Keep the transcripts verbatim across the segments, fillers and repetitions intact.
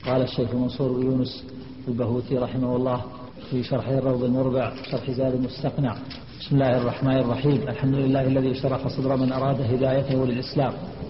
قال الشيخ منصور بن يونس البهوتي رحمه الله في شرح الروض المربع شرح زاد المستقنع: بسم الله الرحمن الرحيم. الحمد لله الذي شرح صدر من أراد هدايته للإسلام،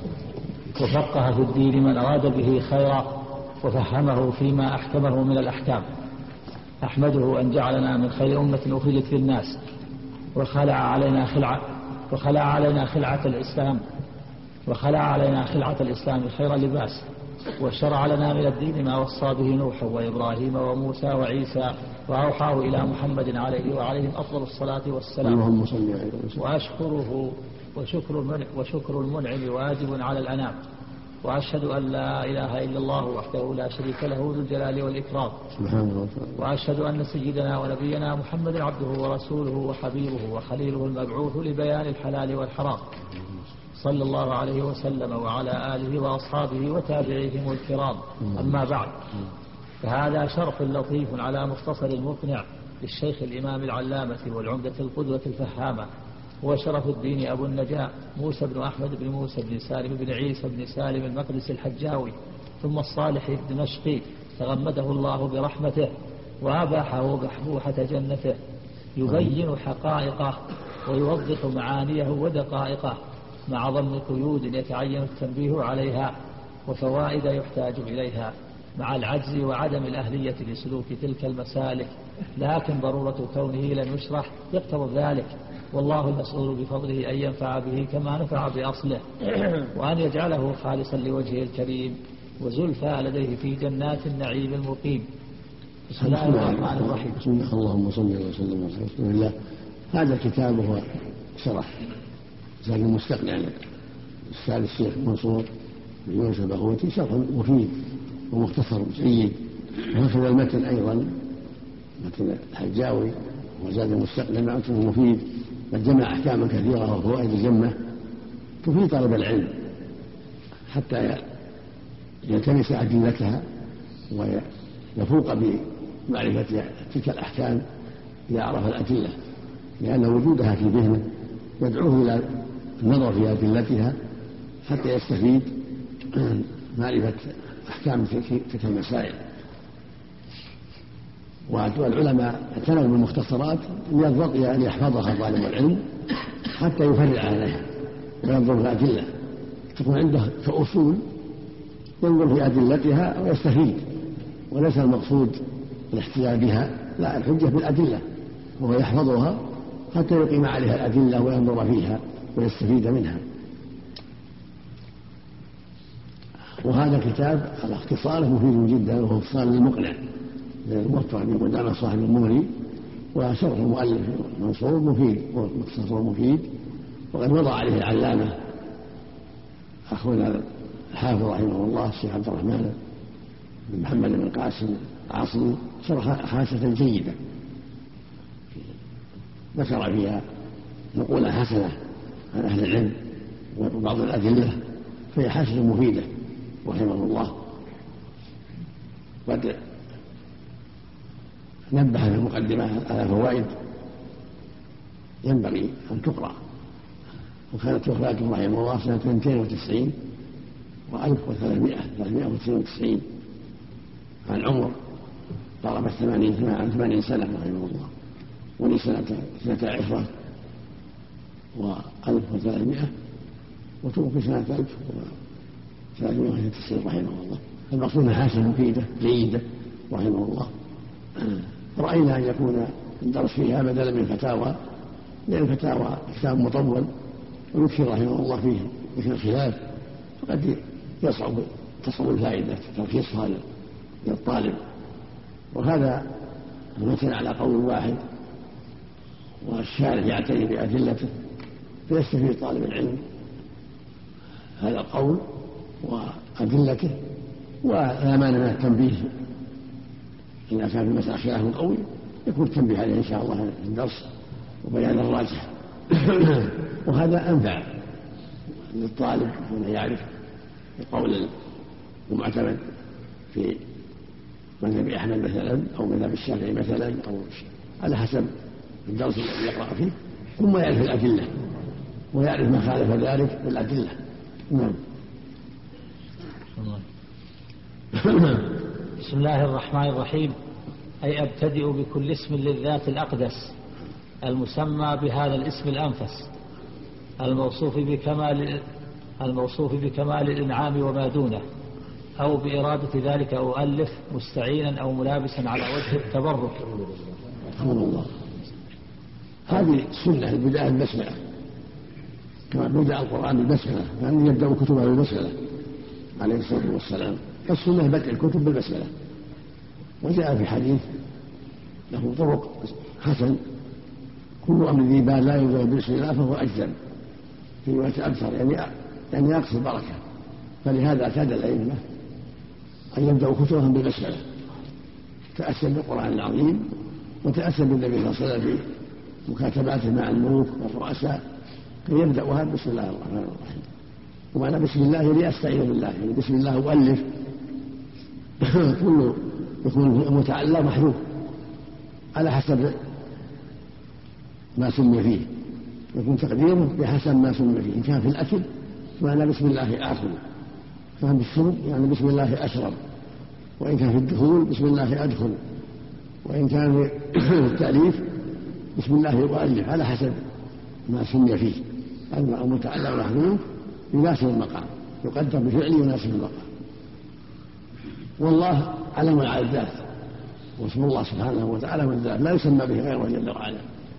وفقه في الدين من أراد به خيرا، وفهمه فيما أحكمه من الأحكام. أحمده أن جعلنا من خير أمة أخرجت للناس، وخلع علينا خلعة وخلع علينا خلعة الإسلام وخلع علينا خلعة الإسلام خير لباس، وشرع لنا من الدين ما وصى به نوح وإبراهيم وموسى وعيسى، وأوحاه إلى محمد عليه وعليهم أفضل الصلاة والسلام. وأشكره وشكر وشكر المنعم واجب على الأنام. وأشهد أن لا إله إلا الله وحده لا شريك له ذو الجلال والإكرام. وأشهد أن سيدنا ونبينا محمد عبده ورسوله وحبيبه وخليله المبعوث لبيان الحلال والحرام، صلى الله عليه وسلم وعلى آله وأصحابه وتابعيهم الكرام. أما بعد، فهذا شرح لطيف على مختصر المقنع للشيخ الإمام العلامة والعمدة القدوة الفهامة، هو شرف الدين أبو النجاة موسى بن أحمد بن موسى بن سالم بن عيسى بن سالم المقدس الحجاوي، ثم الصالح الدمشقي، تغمده الله برحمته وأباحه بحبوحة جنته، يبين حقائقه ويوضح معانيه ودقائقه، مع ضمن قيود يتعين التنبيه عليها وفوائد يحتاج إليها، مع العجز وعدم الأهلية لسلوك تلك المسالك، لكن ضرورة كونه لم يشرح يقتضي ذلك، والله المسؤول بفضله أن ينفع به كما نفع بأصله، وأن يجعله خالصا لوجهه الكريم وزلفى لديه في جنات النعيم المقيم. بسم الله الرحمن الرحيم. بسم الله، اللهم صل وسلم على رسول الله. هذا الكتاب هو شرح زاد المستقنع الأستاذ الشيخ منصور بن يونس البهوتي، شرح مفيد ومختصر جيد. وهكذا المتن أيضا، متن الحجاوي وزاد المستقنع متن مفيد، قد جمع أحكاما كثيرة وفوائد جمة تفيد طلب العلم حتى يلتمس أدلتها ويفوق بمعرفة تلك الأحكام إذا عرف الأدلة، لأن وجودها في ذهنه يدعوه إلى النظر في أدلتها حتى يستفيد معرفة أحكام تلك المسائل. والعلماء اعتنوا بالمختصرات لأن يحفظها طالب العلم حتى يفرع عليها وينظر في الأدلة، تكون عنده كأصول ينظر في أدلتها ويستفيد، وليس المقصود الاحتجاج بها، لا، الحجة بالأدلة، وهو يحفظها حتى يقيم عليها الأدلة وينظر فيها ويستفيد منها. وهذا الكتاب على اختصاره مفيد جدا، وهو اختصار المقنع للموفق بن قدامة صاحب المغني، وشرح المؤلف منصور مفيد ومختصر مفيد، وقد وضع عليه العلامة أخونا الحافظ رحمه الله الشيخ عبد الرحمن بن محمد بن القاسم العصري شرح حاشة جيدة ذكر فيها نقول حسنة عن أهل العلم وبعض الأدلة، فهي حاشة مفيدة رحمه الله. قد نبه في المقدمة على فوائد ينبغي أن تقرأ، وكانت وفاته رحمه الله سنة اثنتين وتسعين وألف وثلاثمائة ثلاثمائة وتسعين وتسعين، عن عمر قرب الثمانين عن ثمانين سنة رحمه الله، ولي سنة سنة عشرة وألف وثلاثمائة، وتوفي سنة ألف وثلاثمائة وتسعين رحمه الله. المقصود حاشة مفيدة جيدة رحمه الله. رأينا أن يكون الدرس فيها بدلا من فتاوى، لأن الفتاوى كتاب مطول ويكثر رحمه الله فيه ذكر الخلاف، فقد يصعب تصل الفائدة تلخيصها للطالب، وهذا المتن على قول واحد والشارح يعتني بأدلته فيستفيد طالب العلم هذا القول وأدلته، ولا مانع من التنبيه إذا كان في المسألة خلاف قوي يكون التنبيه عليه إن شاء الله في الدرس وبيان الراجح. وهذا أنفع للطالب أن يعرف القول المعتمد في مذهب أحمد مثلا أو مذهب الشافعي مثلا أو على حسب الدرس الذي يقرأ فيه، ثم يعرف الأدلة ويعرف ما خالف ذلك بالأدلة. نعم. بسم الله الرحمن الرحيم. أي أبتدئ بكل اسم للذات الأقدس المسمى بهذا الاسم الأنفس الموصوف بكمال الموصوف بكمال الإنعام وما دونه، أو بإرادة ذلك أؤلف مستعينا أو ملابسا على وجه التبرك. رحمه الله. هذه السنة البداية البسملة، كما بدأ القرآن بالبسملة، يعني يبدأ كتبه بالبسملة عليه الصلاة والسلام. السنة بدء الكتب بالبسملة، وجاء في حديث له طرق حسن: كل أمر ذي بال لا يبدأ بسم الله فهو أجزم، في رواية أكثر يعني يعني يقصد البركة. فلهذا اعتاد الأئمة أن يبدأوا كتبهم بالبسملة تأسيا بالقرآن العظيم، وتأسيا بالنبي صلى الله عليه وسلم في مكاتباته مع الملوك والرؤساء، كي يبدأوها بسم الله الرحمن الرحيم. ومعنى بسم الله يعني أستعين بالله، يعني بسم الله أؤلف كله يكون متعلق محذوف على حسب ما سمي فيه، يكون تقديره بحسب ما سمي فيه. إن كان في الأكل معنى بسم الله آكل، كان في الشرب يعني بسم الله أشرب، وإن كان في الدخول بسم الله أدخل، وإن كان في التأليف بسم الله يؤلف على حسب ما سمي فيه. المتعلق محذوف يناسب المقام، يقدر بفعل يناسب المقام. والله علم على الذات، واسم الله سبحانه وتعالى من الذات لا يسمى به غيره جل وعلا.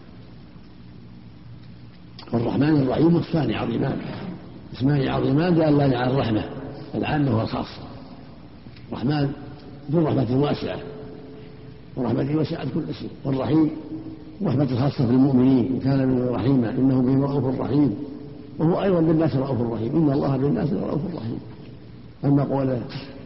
والرحمن الرحيم وصفان عظيمان، اسمان عظيمان دالان على الرحمة العامة والخاصة. الرحمن ذو الرحمة واسعة، ورحمته وسعت كل شيء. والرحيم رحمة خاصة بالمؤمنين، إن كان من رحيما إنه بهم رؤوف رحيم، وهو أيضا بالناس رؤوف رحيم، إن الله بالناس رؤوف رحيم. أما قوله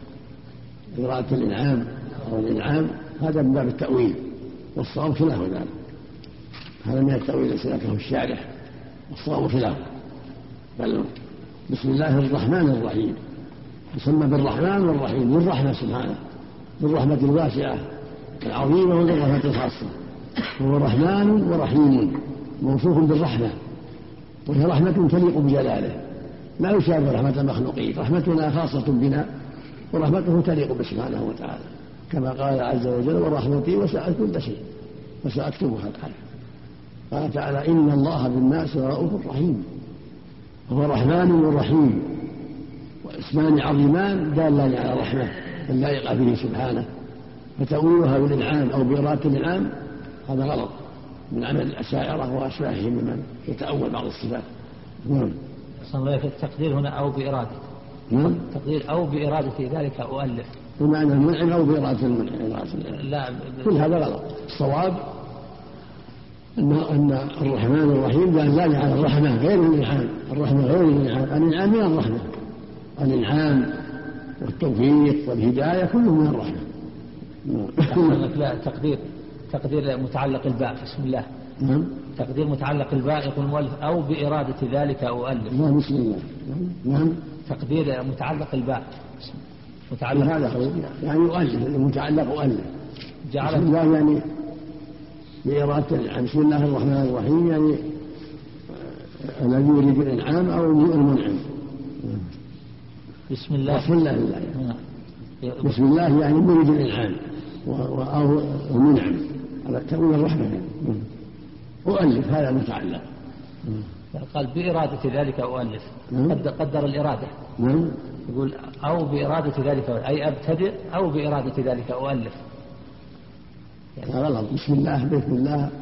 إرادة الإنعام أو الإنعام هذا من باب التأويل، والصواب خلاف ذلك، هذا من التأويل الذي سلكه الشارح، والصواب خلافه. بل بسم الله الرحمن الرحيم، يسمى بالرحمن والرحيم، بالرحمة سبحانه، بالرحمة الواسعة العظيمة وبالرحمة الخاصة. هو رحمن ورحيم موصوف بالرحمة، وهي رحمة تليق بجلاله لا يشابه رحمة المخلوقين. رحمتنا خاصة بنا، ورحمته تليق بسبحانه وتعالى، كما قال عز وجل: ورحمتي وسعت كل شيء وسأكتبها الآية. قال تعالى: إن الله بالناس رؤوف رحيم. هو رحمن ورحيم، واسمان عظيمان دالان على الرحمة اللائقة به سبحانه. فتأويلها بالإنعام أو بإرادة الإنعام هذا غلط من عمل الأشاعرة وأشباههم ممن يتأول بعض الصفات. نعم. صلى التقدير هنا أو بإرادة. نعم. تقدير أو بإرادة ذلك أؤلف، بمعنى المنعم أو بإرادة المنعم. لا، كل هذا غلط. الصواب أن أن الرحمن الرحيم دال على الرحمة غير الإنعام. الرحمة غير الإنعام، الإنعام من الرحمة، الإنعام والتوفيق والهداية كله من الرحمة. لا، تقدير تقدير متعلق الباء بسم الله. نعم. تقدير متعلق الباء يقول المؤلف أو بإرادة ذلك أؤلف. نعم. بسم الله. نعم. تقدير متعلق الباء متعلق هذا يعني يؤلف، المتعلق أؤلف. جعل بسم الله يعني بإرادة عن بسم الله الرحمن الرحيم، يعني الذي يريد الإنعام أو المنعم. بسم الله. بسم الله الله. بسم الله يعني يريد الإنعام أو المنعم، على تأويل الرحمة. أؤلف هذا متعلق. قال بإرادة ذلك أؤلف. قد قدر الإرادة. نعم. يقول أو بإرادة ذلك، أي أبتدئ أو بإرادة ذلك أؤلف. هذا غلط. بسم الله بسم الله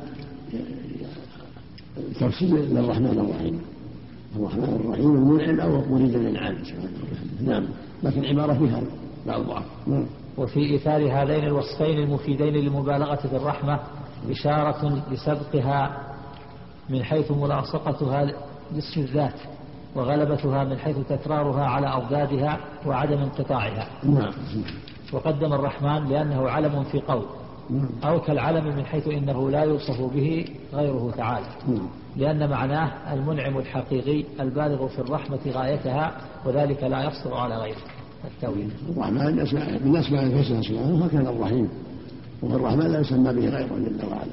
تفسير للرحمن الرحيم، الرحمن الرحيم المنعم أو مريد الإنعام. نعم. لكن عبارة فيها بعض ضعف. نعم. وفي إيثار هذين الوصفين المفيدين للمبالغة في الرحمة إشارة لسبقها من حيث ملاصقتها لاسم الذات، وغلبتها من حيث تكرارها على أضدادها وعدم انقطاعها. نعم. وقدم الرحمن لأنه علم في قول، أو كالعلم من حيث إنه لا يوصف به غيره تعالى، لأن معناه المنعم الحقيقي البالغ في الرحمة غايتها، وذلك لا يقصر على غيره. التأويل. الرحمن من أسماء الحسنى سبحانه، وكان الرحيم، والرحمن لا يسمى به غيره جل وعلا.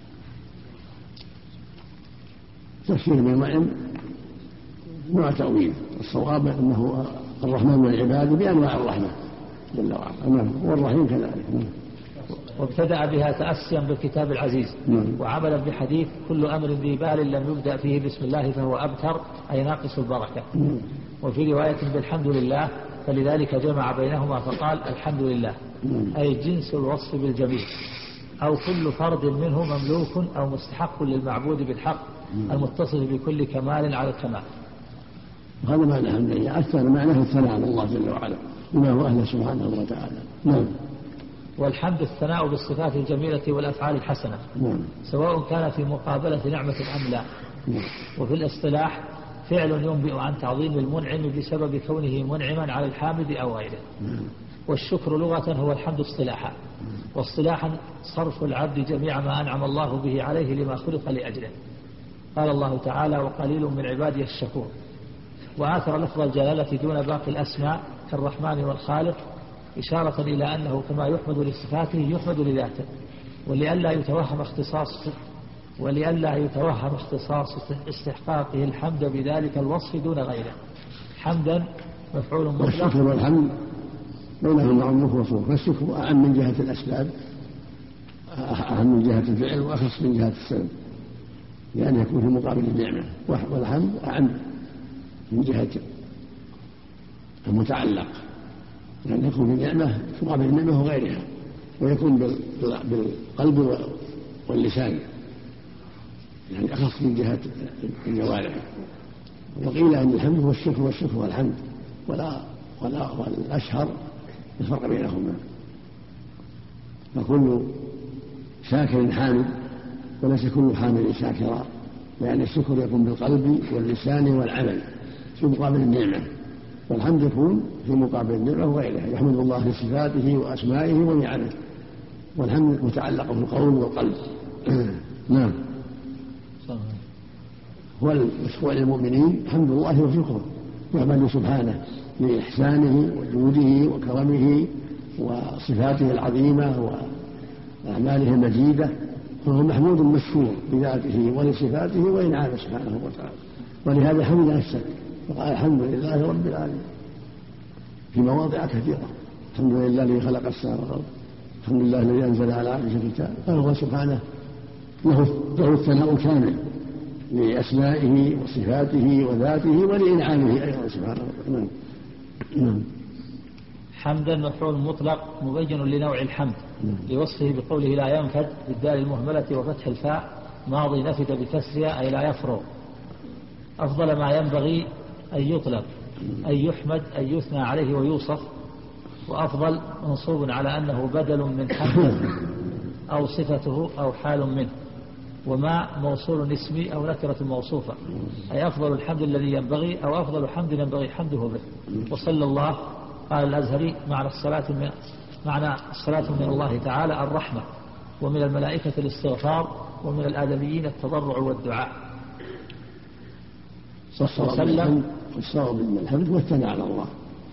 تفسير بالمنعم نوع تأويل، الصواب أنه الرحمن والعباد بأنواع الرحمة، جل وعلا، والرحيم كذلك. وابتدأ بها تأسيا بالكتاب العزيز وعملا بحديث كل أمر ذي بال لم يبدأ فيه بسم الله فهو أبتر أي ناقص البركة. وفي رواية بالحمد لله، فلذلك جمع بينهما فقال الحمد لله أي جنس الوصف بالجميل، أو كل فرد منه مملوك أو مستحق للمعبود بالحق المتصف بكل كمال على الكمال. هذا معنى الحمد لله. أكثر معناه الثناء على الله جل وعلا بما هو أهله سبحانه وتعالى. نعم. والحمد الثناء بالصفات الجميلة والأفعال الحسنة، نعم. سواء كان في مقابلة نعمة أم لا. نعم. وفي الاصطلاح فعل ينبئ عن تعظيم المنعم بسبب كونه منعما على الحامد أو غيره. نعم. والشكر لغة هو الحمد اصطلاحا، واصطلاحا صرف العبد جميع ما أنعم الله به عليه لما خلق لأجله. قال الله تعالى وقليل من عبادي الشكور. وآثر لفظ الجلالة دون باقي الأسماء كالرحمن والخالق إشارة إلى أنه كما يحمد لصفاته يحمد لذاته، ولئلا يتوهم اختصاص ولئلا يتوهم اختصاص استحقاقه الحمد بذلك الوصف دون غيره. حمدا مفعول مطلق. والشكر والحمد بينهما عمق وصور، فالشكر أعم من جهة الأسباب، أهم من جهة الفعل وأخص من جهة السبب، لأنه يكون في مقابل النعمة. والحمد أعم من جهة المتعلق، لأن يكون في النعمة مقابل النعمة وغيرها، ويكون بالقلب واللسان، يعني أخص من جهة الجوارح. وقيل أن الحمد هو الشكر والشكر والحمد، ولا ولا والأشهر الفرق بينهما، فكل شاكر حامد وليس كل حامد شاكرا، لأن الشكر يكون بالقلب واللسان والعمل في مقابل النعمة، والحمد يكون في مقابل النعمة وغيرها، يحمد الله لصفاته وأسمائه ونعمه، والحمد متعلق بالقول والقلب. نعم. هو المشروع للمؤمنين حمد الله وشكره، يحمد سبحانه لإحسانه وجوده وكرمه وصفاته العظيمة وأعماله المجيدة، فهو محمود مشكور بذاته ولصفاته وإنعامه سبحانه وتعالى. ولهذا حمد نفسه وقال الحمد لله رب العالمين في مواضع كثيرة. الحمد لله الذي خلق السماوات والأرض، الحمد لله الذي أنزل على عبده الكتاب، فهو سبحانه له له الثناء الكامل لأسمائه وصفاته وذاته ولإنعامه أيضا سبحانه وتعالى. نعم. حمدا مفعول مطلق مبين لنوع الحمد لوصفه بقوله لا ينفد بالدال المهملة وفتح الفاء ماضي نفد بكسرها أي لا يفرغ. أفضل ما ينبغي أن يطلق أن يحمد أن يثنى عليه ويوصف، وأفضل منصوب على أنه بدل من حمد أو صفته أو حال منه، وما موصول اسمي أو نكرة موصوفة، أي أفضل الحمد الذي ينبغي أو أفضل حمد ينبغي حمده به. وصلى الله قال الأزهري معنى الصلاة من معنى الصلاة من الله تعالى الرحمة، ومن الملائكة الاستغفار، ومن الآدميين التضرع والدعاء. وسلم والصواب من الحمد والثناء على الله.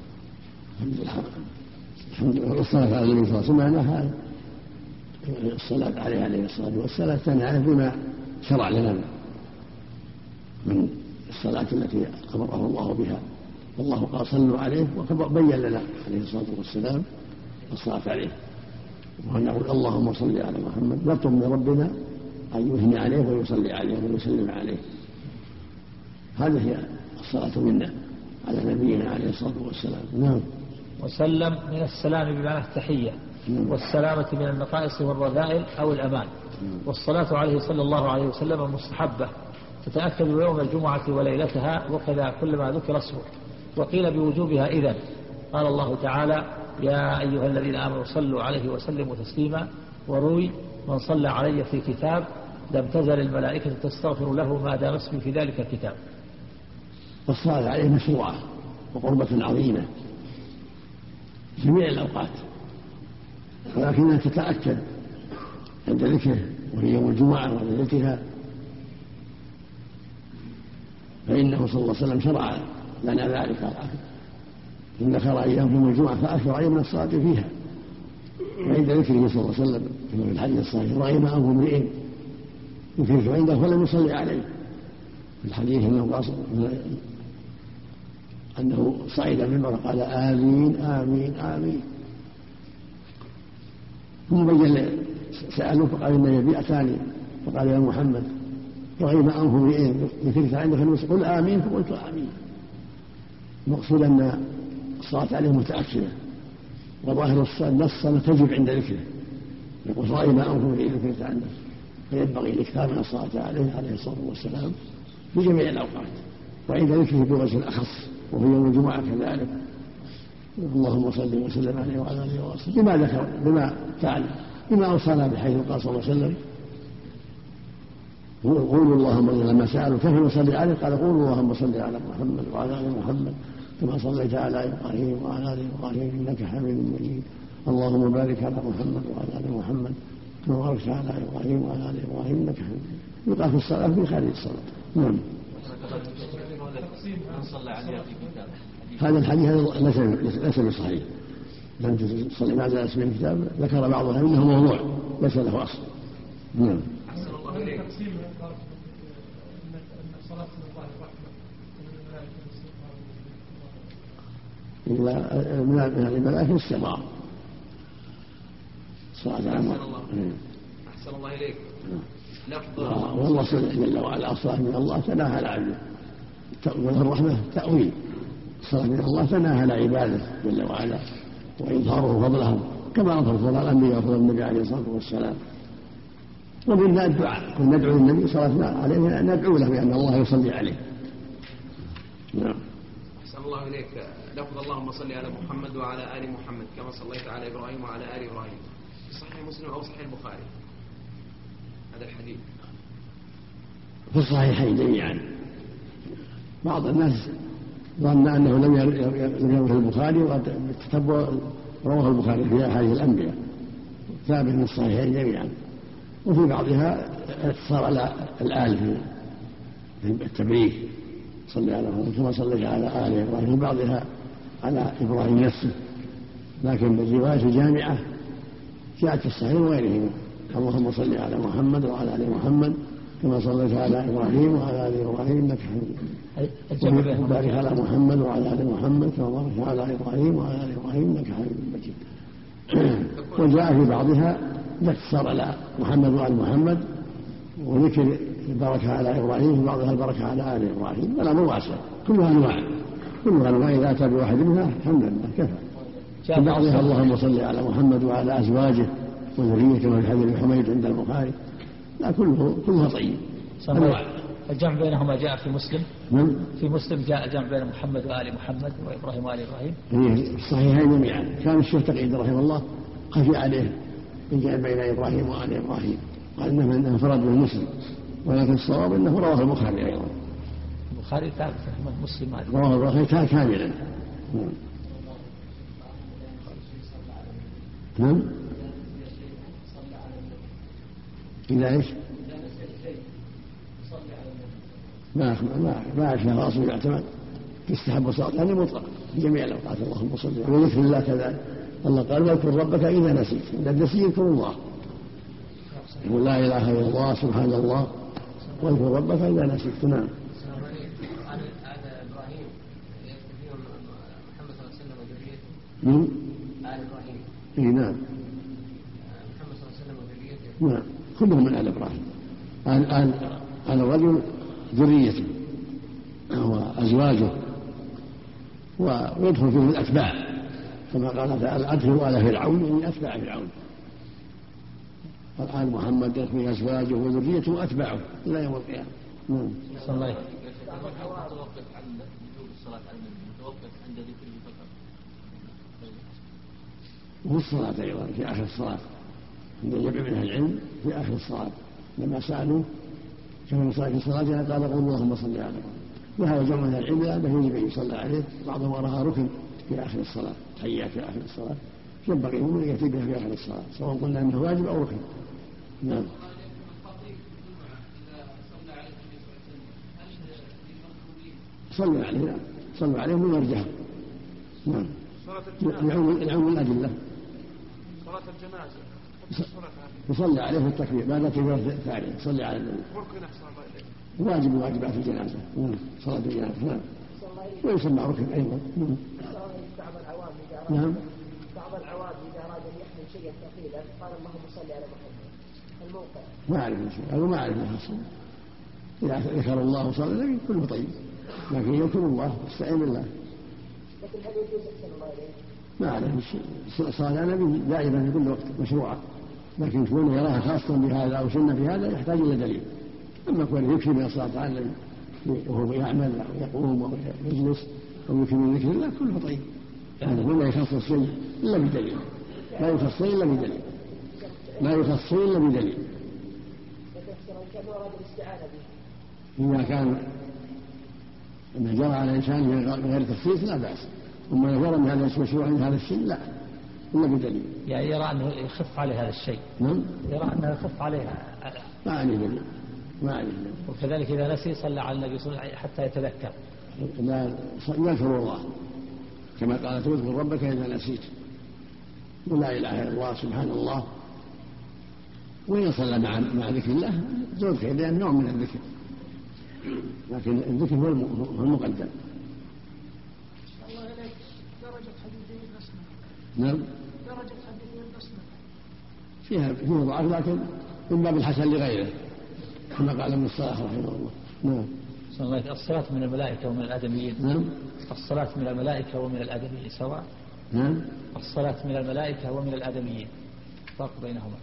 الحمد لله والصلاة على النبي صلى الله عليه وسلم معناها الصلاة عليه عليه الصلاة والسلام، الثناء عليه بما شرع لنا من الصلاة التي أمره الله بها، والله قال صلوا عليه، وبين لنا عليه الصلاة والسلام الصلاة عليه، وأن نقول اللهم صل على محمد، نطلب من ربنا أن يثني عليه ويصلي عليه ويسلم عليه. هذه هي الصلاة منا على نبينا عليه الصلاة والسلام. نعم. وسلم من السلام بمعنى التحية، نعم. والسلامة من النقائص والرذائل أو الأمان. نعم. والصلاة عليه صلى الله عليه وسلم مستحبة تتأكد يوم الجمعة وليلتها، وكذا كلما ذكر اسمه. وقيل بوجوبها إذن قال الله تعالى يا أيها الذين آمنوا صلوا عليه وسلموا تسليما. وروي من صلى علي في كتاب لم تزل الملائكة تستغفر له ما دام اسمي في ذلك الكتاب. والصلاة عليه مشروعة وقربة عظيمة في جميع الأوقات، ولكنها تتأكد عند ذكره وهي يوم الجمعة وليلتها، فإنه صلى الله عليه وسلم شرع لنا ذلك. إن خير أيام يوم الجمعة فأكثر أيام من الصلاة فيها، وعند ذكره صلى الله عليه وسلم كما في الحديث الصحيح رغم أنف امرئ يذكرك عنده فلم يصلي عليه. في الحديث أنه أنه صعد منه وقال آمين آمين آمين ثم بين سألوه فقال إن يبيع ثاني فقال يا محمد رغم أنه بإذن ذكرت عندك المسلم قل آمين فقلت آمين. المقصود أن الصلاة عليه متأكدة وظاهر النص تجب عند ذكره يقول رغم أنه بإذن ذكرت عندك فينبغي الإكثار من الصلاة عليه عليه الصلاة والسلام في جميع الأوقات وعند ذكره بوجه أخص وفي يوم الجمعة كذلك. اللهم صل وسلم عليه وعلى آله وصحبه بما ذكر بما فعل بما أوصانا بحيث قال صلى الله عليه وسلم قولوا اللهم لما سألوا كيف نصلي عليه قال قولوا اللهم صل على محمد وعلى آل محمد كما صليت على إبراهيم وعلى آل إبراهيم إنك حميد مجيد. اللهم بارك على محمد وعلى آل محمد كما باركت على إبراهيم وعلى آل إبراهيم إنك حميد مجيد. يقال في الصلاة في خارج الصلاة. نعم. هذا الحديث ليس بصحيح لم تصلي مع اسم الكتاب ذكر بعضها انه موضوع ليس له اصل. نعم. احسن الله اليك. إلا من الملائكة استمرار صلاة على أحسن الله إليك. والله جل وعلا الصلاة من الله تناهى على عبده والرحمة تأويل الصلاة من الله تناهى على عباده جل وعلا وإظهاره فضلهم كما أظهر فضل الأنبياء وفضل النبي عليه الصلاة والسلام. ومنها الدعاء كنا ندعو النبي صلى الله عليه وسلم ندعو له بأن الله يصلي عليه. نعم. أحسن الله إليك. لفظ اللهم صل على محمد وعلى آل محمد كما صليت على إبراهيم وعلى آل إبراهيم في صحيح مسلم أو صحيح البخاري هذا الحديث في الصحيحين جميعا. بعض الناس ظن أنه لم يروه البخاري وتتبع رواه البخاري في أحاديث الأنبياء ثابت من الصحيحين جميعا. وفي بعضها اتصال على الآل في التبريك صلى على كما صلى على آل إبراهيم في بعضها على إبراهيم نفسه لكن بالرواية الجامعة جاءت في الصحيح وغيرهما اللهم صل على محمد وعلى آل محمد كما صليت على إبراهيم وعلى آل إبراهيم إنك حميد وبارك على محمد وعلى آل محمد كما باركت على إبراهيم وعلى آل إبراهيم إنك حميد مجيد. وجاء في بعضها الاقتصار على محمد وآل محمد وذكر البركة على إبراهيم في بعضها البركة على آل إبراهيم ولا مواساة كلها أنواع كلها أنواع إذا أتى بواحد منها الحمد لله كفى. في بعضها اللهم صل على محمد وعلى أزواجه وذريته في حديث حميد عند البخاري لا كله كلها طيب. الجمع بينهما جاء في مسلم. من؟ في مسلم جاء جمع بين محمد وآل محمد وإبراهيم وآل إبراهيم. في الصحيحين جميعا. كان الشيخ تقييد رحمه الله خفي عليه الجمع بين إبراهيم وآل إبراهيم قال إنه إنه فرد به مسلم ولكن الصواب إنه رواه البخاري أيضا. البخاري ثابت رحمه مسلم رواه البخاري كاملا. نعم. إذا إيش؟ ما ما ما أشبه أصل يعتمد تستحب الصلاة هذه مطلق في جميع الأوقات اللهم صل على وذكر الله كذلك الله قال واذكر ربك إذا نسيت إذا نسيت يذكر الله يقول لا إله إلا الله سبحان الله واذكر ربك إذا نسيت. نعم. من؟ آل إبراهيم. إيه نعم. محمد صلى الله عليه وسلم وذريته. نعم كلهم من آل إبراهيم. آل آل آل الرجل ذريته وأزواجه ويدخل فيه الأتباع كما قال تعالى أدخلوا آل فرعون من أتباع فرعون. آل محمد يدخل فيه أزواجه وذريته وأتباعه إلى يوم القيامة. نعم. صلى الله عليه متوقف عن وجوب الصلاة على النبي متوقف عند ذكره فقط. وفي الصلاة أيضا في آخر الصلاة عند جمع من أهل العلم في آخر الصلاة لما سألوا كما نصلي في صلاتنا قال قول اللهم صل على محمد وهذا جمع من العلم لأنه يجب أن يصلى عليه بعضهم وراها ركن في آخر الصلاة تحيات في آخر الصلاة ينبغي هم أن يأتي بها في آخر الصلاة سواء قلنا أنه واجب أو ركن. نعم. صلوا عليه. نعم صلوا عليه من يرجعه. نعم. العلم الأدلة. صلاة الجنازة يصلي عليه في التكبير بعد التكبير الثاني يصلي على النبي واجب من واجبات الجنازة. صلاة الجنازة. نعم. ويسمى ركن أيضا. نعم. بعض العوام إذا نعم. بعض العوام إذا أراد أن يحمل شيئا ثقيلا قال اللهم صل على محمد الموقع ما أعرف شيء هذا ما أعرف ما حصل إذا ذكر الله وصلى النبي كله طيب لكن يذكر الله واستعين بالله. لكن هل يجوز أحسن الله إليه؟ ما أعرف الصلاة على النبي دائما في كل وقت مشروعة لكن كونه يراها خاصة بهذا أو سنة بهذا يحتاج إلى دليل. أما كونه يكفي من الصلاة على النبي وهو يعمل أو يقوم أو يجلس أو يكفي من ذكر الله كله طيب يعني ولا يخصص شيء إلا بدليل لا يخصص إلا بدليل لا يخصص إلا بدليل. إذا كان أنه جرى على الإنسان غير تخصيص لا بأس وما يرى أن هذا مشروع من هذا الشيء لا إلا بدليل. يعني يرى أنه يخف عليه هذا الشيء. نعم يرى أنه يخف عليه. ما عليه دليل ما عليه دليل. وكذلك إذا نسي صلى على النبي صلى الله عليه وسلم حتى يتذكر. لا يذكر الله كما قال تذكر ربك إذا نسيت ولا إله إلا الله سبحان الله وإن صلى مع مع ذكر الله تذكر لأن نوع من الذكر لكن الذكر هو المقدم. الله إليك درجة حديث البسملة. نعم درجة حديث البسملة فيها فيها ضعف لكن من باب الحسن لغيره كما قال ابن الصلاح رحمه الله. نعم الصلاة من الملائكة ومن الآدميين. نعم الصلاة من الملائكة ومن الآدميين سواء. نعم الصلاة من الملائكة ومن الآدميين فرق بينهما.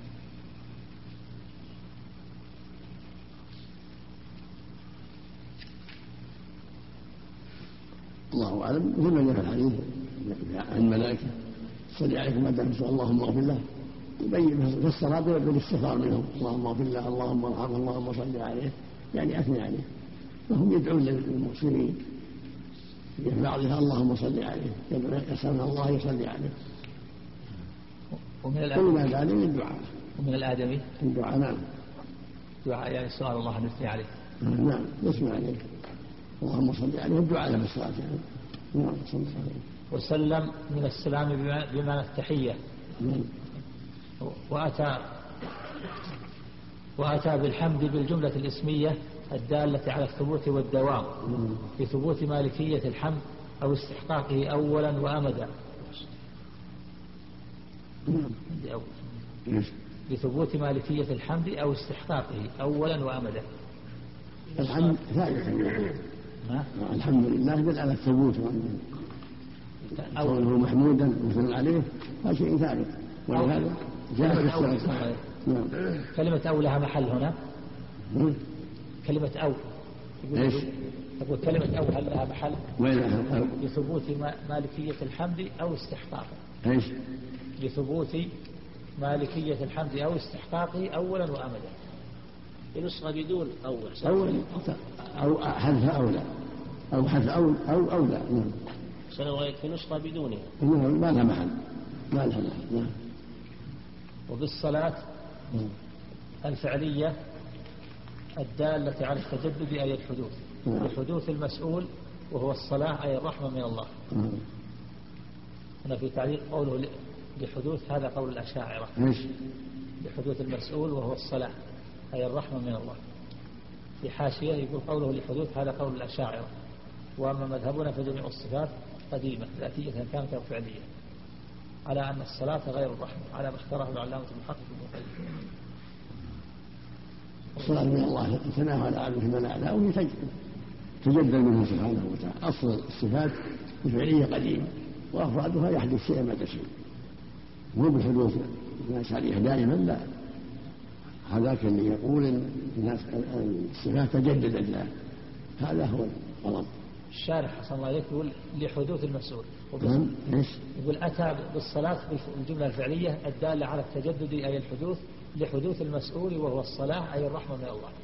الله أعلم مثل ما جاء في الحديث عن الملائكة صلي عليكم ما دام اللهم اغفر له يبين في الصلاة بالاستغفار منهم اللهم اغفر له اللهم ارحمه اللهم صل عليه يعني أثني عليه وهم يدعون للمسلمين في بعضها اللهم صل عليه يسألون الله يصلي عليه ومن الآدمي كل ما من الدعاء ومن الآدمي الدعاء نعم دعاء يعني سؤال الله أن يثني عليه. نعم يثني عليه اللهم صل عليه الدعاء له الصلاة يعني. نعم صلى الله عليه وسلم من السلام بمعنى التحية. نعم. وأتى وأتى بالحمد بالجملة الإسمية الدالة على الثبوت والدوام بثبوت مالكية الحمد أو استحقاقه أولا وأمدا. بثبوت مالكية الحمد أو استحقاقه أولا وأمدا. الحمد ثابت الحمد لله دل على الثبوت قوله محمودا مثل عليه هذا شيء ثابت ولهذا جاء بالسؤال. نعم. كلمة أو لها محل هنا. نعم. كلمة أو ايش؟ تقول كلمة أو هل لها محل؟ وين لثبوت مالكية الحمد أو استحقاقه. ايش؟ لثبوت مالكية الحمد أو استحقاقه أولا وأمدا. النسخة بدون أول أول أو حذف أولى أو حذف أو أو أولى. نعم. سنوات في نسخة بدونها. نعم ما لها محل ما لها محل. نعم. وبالصلاة نعم. الفعلية الدالة على التجدد أي الحدوث. نعم. لحدوث المسؤول وهو الصلاة أي الرحمة من الله. نعم. هنا في تعليق قوله لحدوث هذا قول الأشاعرة. ايش؟ لحدوث المسؤول وهو الصلاة أي الرحمة من الله. في حاشية يقول قوله لحدوث هذا قول الأشاعرة. وأما مذهبنا في جميع الصفات قديمة ذاتية كانت أو فعلية على أن الصلاة غير الرحمة على ما اختاره العلامة المحقق ابن القيم. الصلاة من الله تناهى على عبده من أعلاه وهي تجدد منه سبحانه وتعالى. أصل الصفات الفعلية قديمة وأفرادها يحدث شيئا بعد شيء مو بحدوث الناس عليها دائما لا. هذاك اللي يقول ان الناس الصفات تجددت له هذا هو الغلط. الشارح حسن الله يقول لحدوث المسؤول. نعم. ايش؟ يقول أتى بالصلاة بالجملة الفعلية الدالة على التجدد أي الحدوث لحدوث المسؤول وهو الصلاة أي الرحمة من الله.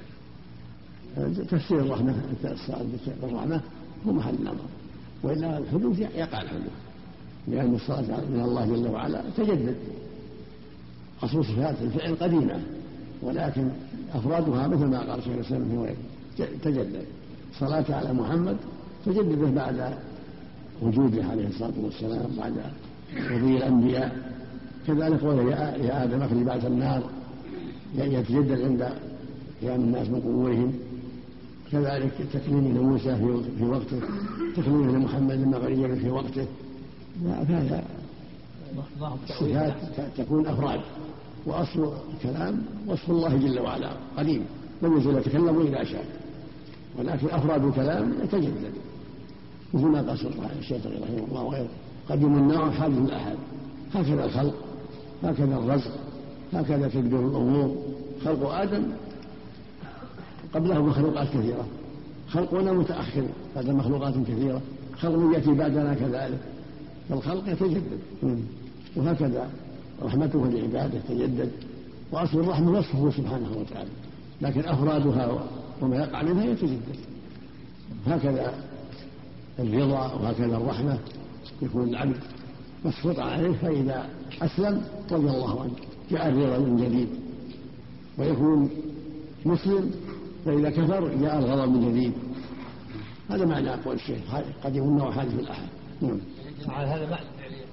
تفسير الرحمة الصلاة بالرحمة هو محل النظر وإلا الحدوث يقع الحدوث لأن الصلاة من الله جل وعلا تجدد. أصل صفات الفعل قديمة ولكن أفرادها مثل ما قال شيخ الإسلام ابن تيمية تجدد. صلاة على محمد تجدد بعد وجوده عليه الصلاة والسلام بعد وفي الأنبياء. كذلك قول يا آدم أخرج بعد النار يتجدد عند قيام الناس من قبورهم. كذلك تكليم لموسى في وقته تكليم لمحمد لما غير في وقته. هذا الصفات تكون أفراد، وأصل الكلام وصف الله جل وعلا قديم لم يزل يتكلم إذا شاء، ولكن أفراد الكلام يتجدد مثل ما قال الشيخ رحمه الله وغيره قديم النوع حادث الأحد. هكذا الخلق، هكذا الرزق، هكذا تدبير الأمور. خلق آدم قبله مخلوقات كثيرة، خلقنا متأخر بعد مخلوقات كثيرة، خلق يأتي بعدنا كذلك، فالخلق يتجدد. وهكذا رحمته لعباده تجدد، وأصل الرحمة وصفه سبحانه وتعالى، لكن أفرادها وما يقع منها يتجدد. هكذا الرضا وهكذا الرحمة، يكون العبد مسخوط عليه فإذا أسلم رضي الله عنه جاء الرضا من جديد، ويكون مسلم فإذا كفر جاء الغضب من جديد. هذا معنى أقوال الشيخ قديم النوع حادث الأحد. نعم. هذا معنى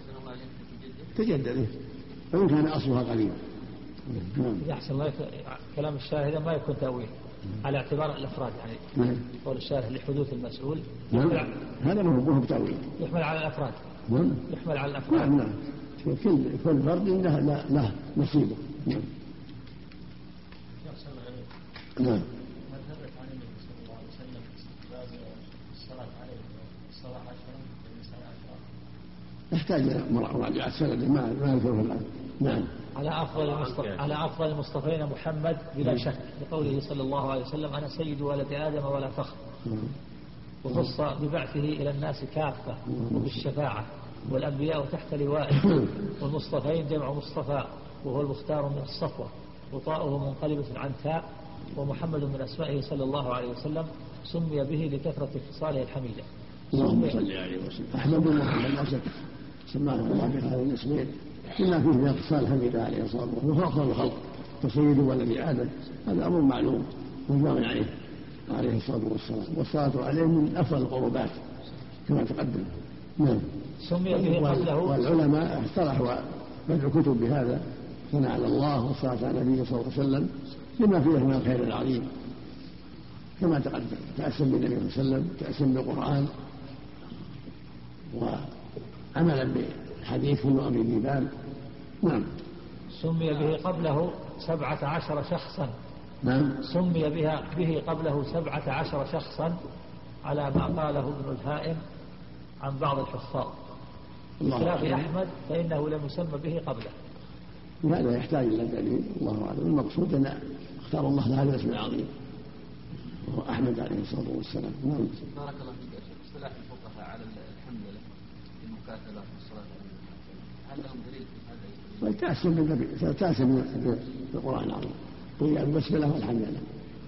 تجدد وإن كان أصلها قديم. نعم. يحسن الله كلام الشاهد ما يكون تأويل على اعتبار الأفراد، يعني نعم. قول الشاهد لحدوث المسؤول نعم. هذا ما هو بتأويل، يحمل على الأفراد. نعم. يحمل على الأفراد. نعم. نعم. كل كل فرد له له نصيبه. نعم. نعم. يحتاج إلى مراجعة سند ما ما يذكره الآن. نعم. على أفضل المصطفى على أفضل المصطفين محمد بلا شك، لقوله صلى الله عليه وسلم أنا سيد ولد آدم ولا فخر. وخص ببعثه إلى الناس كافة وبالشفاعة، والأنبياء تحت لوائه، والمصطفين جمع مصطفى وهو المختار من الصفوة، وطاؤه منقلبة عن تاء، ومحمد من أسمائه صلى الله عليه وسلم سمي به لكثرة خصاله الحميدة. اللهم صل عليه وسلم. أحمد ومحمد لا شك سماه الله بهذا الاسمين بما فيه من اتصال الحميدة عليه الصلاة والسلام، وهو أفضل الخلق وسيد ولد آدم، هذا أمر معلوم مجمع عليه عليه الصلاة والسلام، والصلاة عليه من أفضل القربات كما تقدم. نعم. سمي به قبله، والعلماء اصطلحوا بدع كتب بهذا، ثناء على الله والصلاة على النبي صلى الله عليه وسلم لما فيه من الخير العظيم كما تقدم، تأسم بالنبي صلى الله عليه وسلم، تأسم بالقرآن، وعملا بحديث كل أمر ذي بال. نعم. سمي به قبله سبعة عشر شخصا. نعم. سمي بها به قبله سبعة عشر شخصا على ما قاله ابن الهائم عن بعض الحفاظ، بخلاف أحمد فإنه لم يسمى به قبله. هذا يحتاج إلى دليل، الله أعلم. المقصود أن اختار الله هذا الاسم العظيم وهو أحمد عليه الصلاة والسلام. نعم. بارك الله فيك يا شيخ. اصطلاح الفقهاء على الحمد المكاتبة في الصلاة، هل لهم دليل في هذا؟ تأسم بالنبي، تأسم بالقرآن العظيم، قل يا البسملة والحمد لله.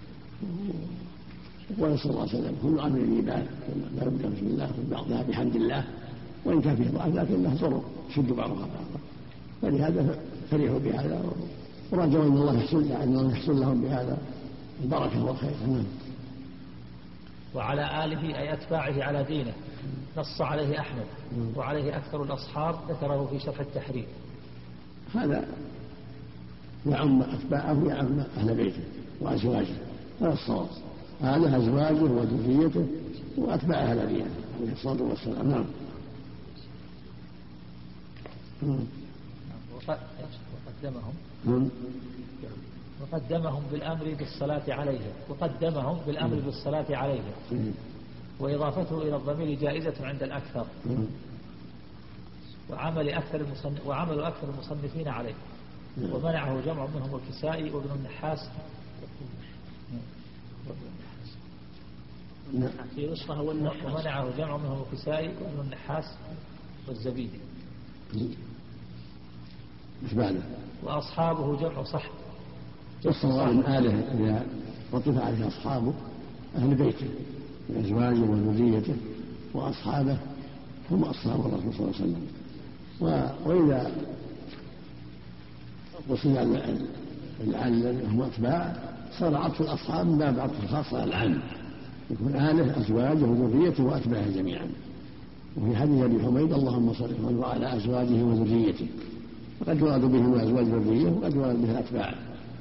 وقال صلى الله عليه وسلم كل أمر ذي بال لا يبدأ بسم الله وبعضها بحمد الله، وإن كان فيه ضعف لكنه طرق شد بعضها بعضا، فلهذا فرحوا بهذا ورجوا أن الله يحسن أن الله يحسن لهم بهذا البركة والخير. نعم. وعلى آله أي أتباعه على دينه نص عليه أحمد، وعليه أكثر الأصحاب ذكره في شرح التحرير. هذا يعم أتباعه يعم أهل بيته وأزواجه، هذا الصواب. هذا أزواجه وذريته وأتباع أهل دينه عليه الصلاة والسلام. نعم. وقدمهم وقدمهم بالأمر بالصلاة عليهم وقدمهم بالأمر بالصلاة عليهم وإضافته إلى الضمير جائزة عند الأكثر، وعمل أكثر المصنف وعمل أكثر المصنفين عليه، ومنعه جمع منهم الكسائي وابن النحاس في نسخة، ومنعه جمع منهم الكسائي وابن النحاس والزبيدي. مش بعده. وأصحابه جمع صحب، والصواب من آله إذا وطف عليه أصحابه أهل بيته من أزواجه وذريته، وأصحابه هم أصحاب الرسول صلى الله عليه وسلم. وإذا قصد الذين هم أتباع صار عطف الأصحاب من باب عطف الخاص على العام، يكون آله أزواجه وذريته وأتباعه جميعا. وفي حديث أبي حميد اللهم صل وسلم على أزواجه وذريته، وقد يراد بهم أزواج ذرية وقد يراد بها أتباع،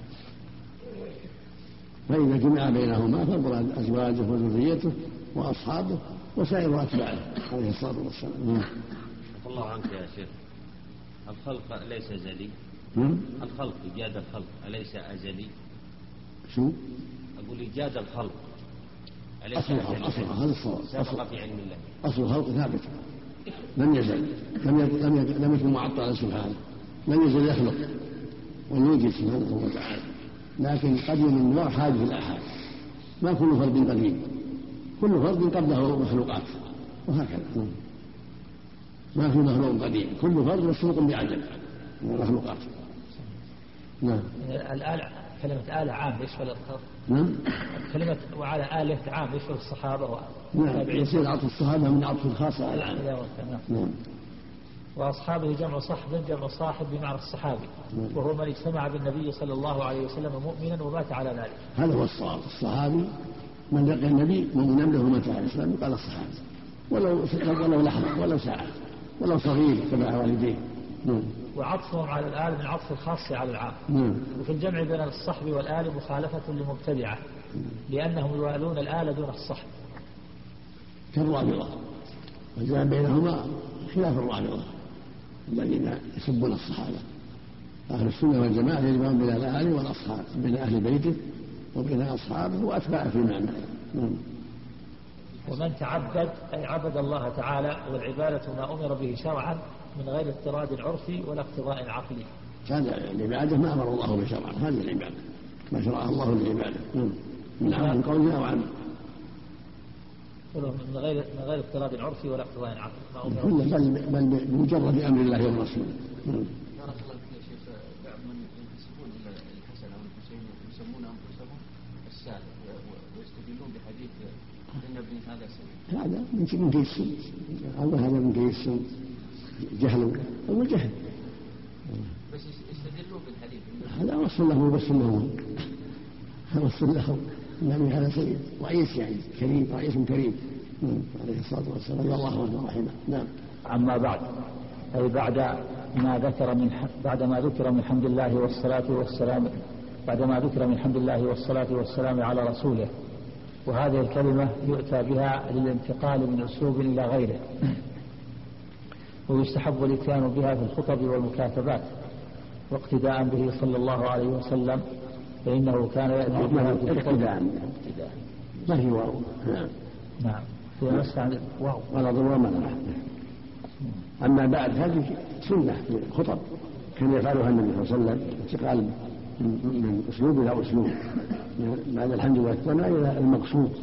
فإذا جمع بينهما فالمراد أزواجه وذريته وأصحابه وسائر أتباعه عليه الصلاة والسلام. الله عنك يا شيخ، الخلق ليس أزلي. الخلق إيجاد الخلق أليس أزلي؟ شو؟ أقول إيجاد الخلق أليس أصل الخلق أصل هذا الصواب. سبق في علم الله. أصل الخلق ثابت لم يزل لم لم لم يكن معطلا سبحانه، لم يزل يخلق ويوجد سبحانه وتعالى، لكن قديم النوع حادث الآحاد، ما كل فرد قديم، كل فرد قبله مخلوقات وهكذا، ما في مخلوق قديم، كل فرد مسبوق بعدد من المخلوقات. نعم. الآلة كلمة آلة عام يشمل الخلق. نعم. كلمة وعلى آلة عام يشمل الصحابة و... نعم. يصير عطف الصحابة من عطف الخاصة على العام. نعم. وأصحابه جمع صحب، جمع صاحب بمعنى الصحابي، نعم. وهو من اجتمع بالنبي صلى الله عليه وسلم مؤمنا ومات على ذلك. هذا هو الصواب. الصحابي من لقي النبي مؤمنا له ومات على الإسلام قال الصحابي، ولو ولو لحظة ولو ساعة ولو صغير تبع والديه. نعم. وعطفهم على الآل من عطف الخاص على العام. نعم. وفي الجمع بين الصحب والآل مخالفة لمبتدعة، لأنهم يوالون الآل دون الصحب كالرافضة، والجمع بينهما خلاف الرافضة الذين يسبون الصحابة. أهل السنة والجماعة يجمعون بين الآل والأصحاب، بين أهل بيته وبين أصحابه وأتباعه في معنى. نعم. ومن تعبد أي عبد الله تعالى، والعبادة ما أمر به شرعا من غير اضطراد عرفي ولا اقتضاء عقلي. هذا العبادة ما أمر الله بشرعا، هذه العبادة ما شرع الله للعبادة من عمل من قول أو عمل، من غير من غير اضطراد عرفي ولا اقتضاء عقلي، بل بل بمجرد أمر الله والرسول. بارك الله فيك يا شيخ. بعض من ينتسبون إلى الحسن أو الحسين يسمون أنفسهم السالم ويستدلون بحديث إن ابن هذا سليم. هذا من كيس أو هذا من كيس جهل أو جهل، بس يستدلون بالحديث. هذا وصل له وبصر له وصل له النبي هذا سيد رئيس يعني كريم، رئيس كريم عليه الصلاة والسلام رضي الله عنه ورحمه. نعم. أما بعد، أي بعد ما ذكر من بعد ما ذكر من حمد الله والصلاة والسلام بعد ما ذكر من حمد الله والصلاة والسلام على رسوله، وهذه الكلمة يؤتى بها للانتقال من أسلوب إلى غيره، ويستحب الاتيان بها في الخطب والمكاتبات واقتداء به صلى الله عليه وسلم، فإنه كان يأتي بها في اقتداء ما هي واو. نعم. نعم. في مسعى واو ولا ضر ولا ضر. أما بعد هذه سنة في الخطب كان يفعلها النبي صلى الله عليه وسلم، انتقال من أسلوب إلى أسلوب، بعد الحمد والثناء إلى المقصود.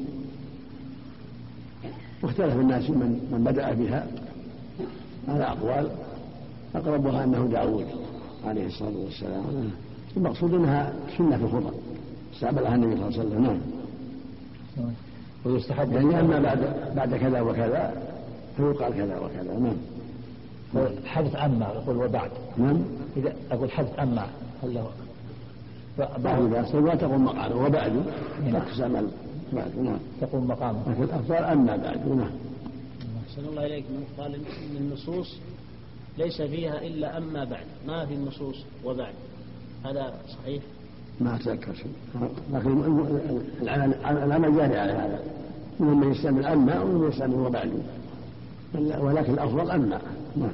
واختلف الناس من من بدأ بها على أقوال، أقربها أنه داود عليه الصلاة والسلام. المقصود أنها سنة في الخطب استعملها النبي صلى الله عليه وسلم. نعم. ويستحب يعني أما بعد بعد كذا وكذا فيقال كذا وكذا. نعم. حدث أما يقول وبعد. نعم. إذا أقول حدث أما هل له بعد بس لا تقوم مقامه وبعد تقسم بعد. نعم. تقوم مقامه. لكن الأفضل أما بعد. نعم. أحسن الله إليك. من قال إن النصوص ليس فيها إلا أما بعد، ما في النصوص وبعد، هذا صحيح؟ ما أتذكر شيء، لكن العمل جاري على هذا، من يستعمل أما ومن يستعمل وبعد، ولكن الأفضل أما. نعم.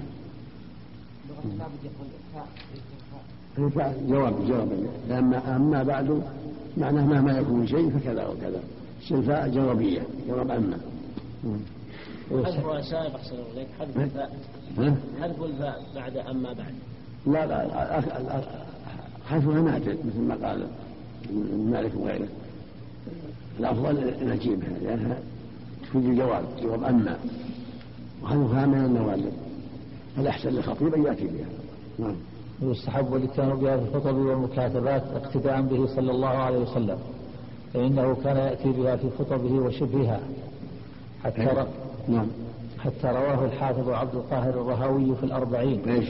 جواب جواب أما أما بعد معناه مهما يكون شيء فكذا وكذا، الفاء جوابية جواب أما. حذفها سائق. أحسن الله إليك. حذف الفاء حذف الفاء بعد أما بعد. لا لا حذفها نادر مثل ما قال مالك وغيره، الأفضل نجيبها لأنها تفيد الجواب جواب أما، وحذفها من النوازل، فالأحسن للخطيب أن يأتي بها. نعم. ويستحب الاتيان بها في الخطب والمكاتبات اقتداء به صلى الله عليه وسلم، فإنه كان يأتي بها في خطبه وشبهها حتى ر... نعم. حتى رواه الحافظ عبد القاهر الرهاوي في الأربعين. ليش؟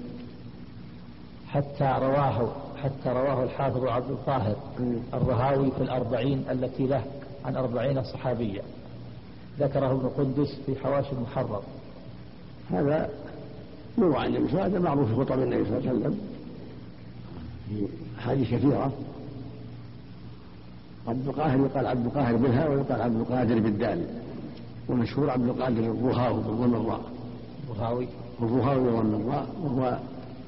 حتى رواه حتى رواه الحافظ عبد القاهر الرهاوي في الأربعين التي له عن أربعين صحابية، ذكره ابن قدس في حواشي المحرر. هذا نوع عن النبي، هذا معروف في خطب النبي صلى الله عليه وسلم في أحاديث كثيرة. عبد القاهر يقال عبد القاهر بالهاء ويقال عبد القادر بالدال، ومشهور عبد القادر الرهاوي بالضم الراء. الرهاوي الرهاوي بالضم الراء، وهو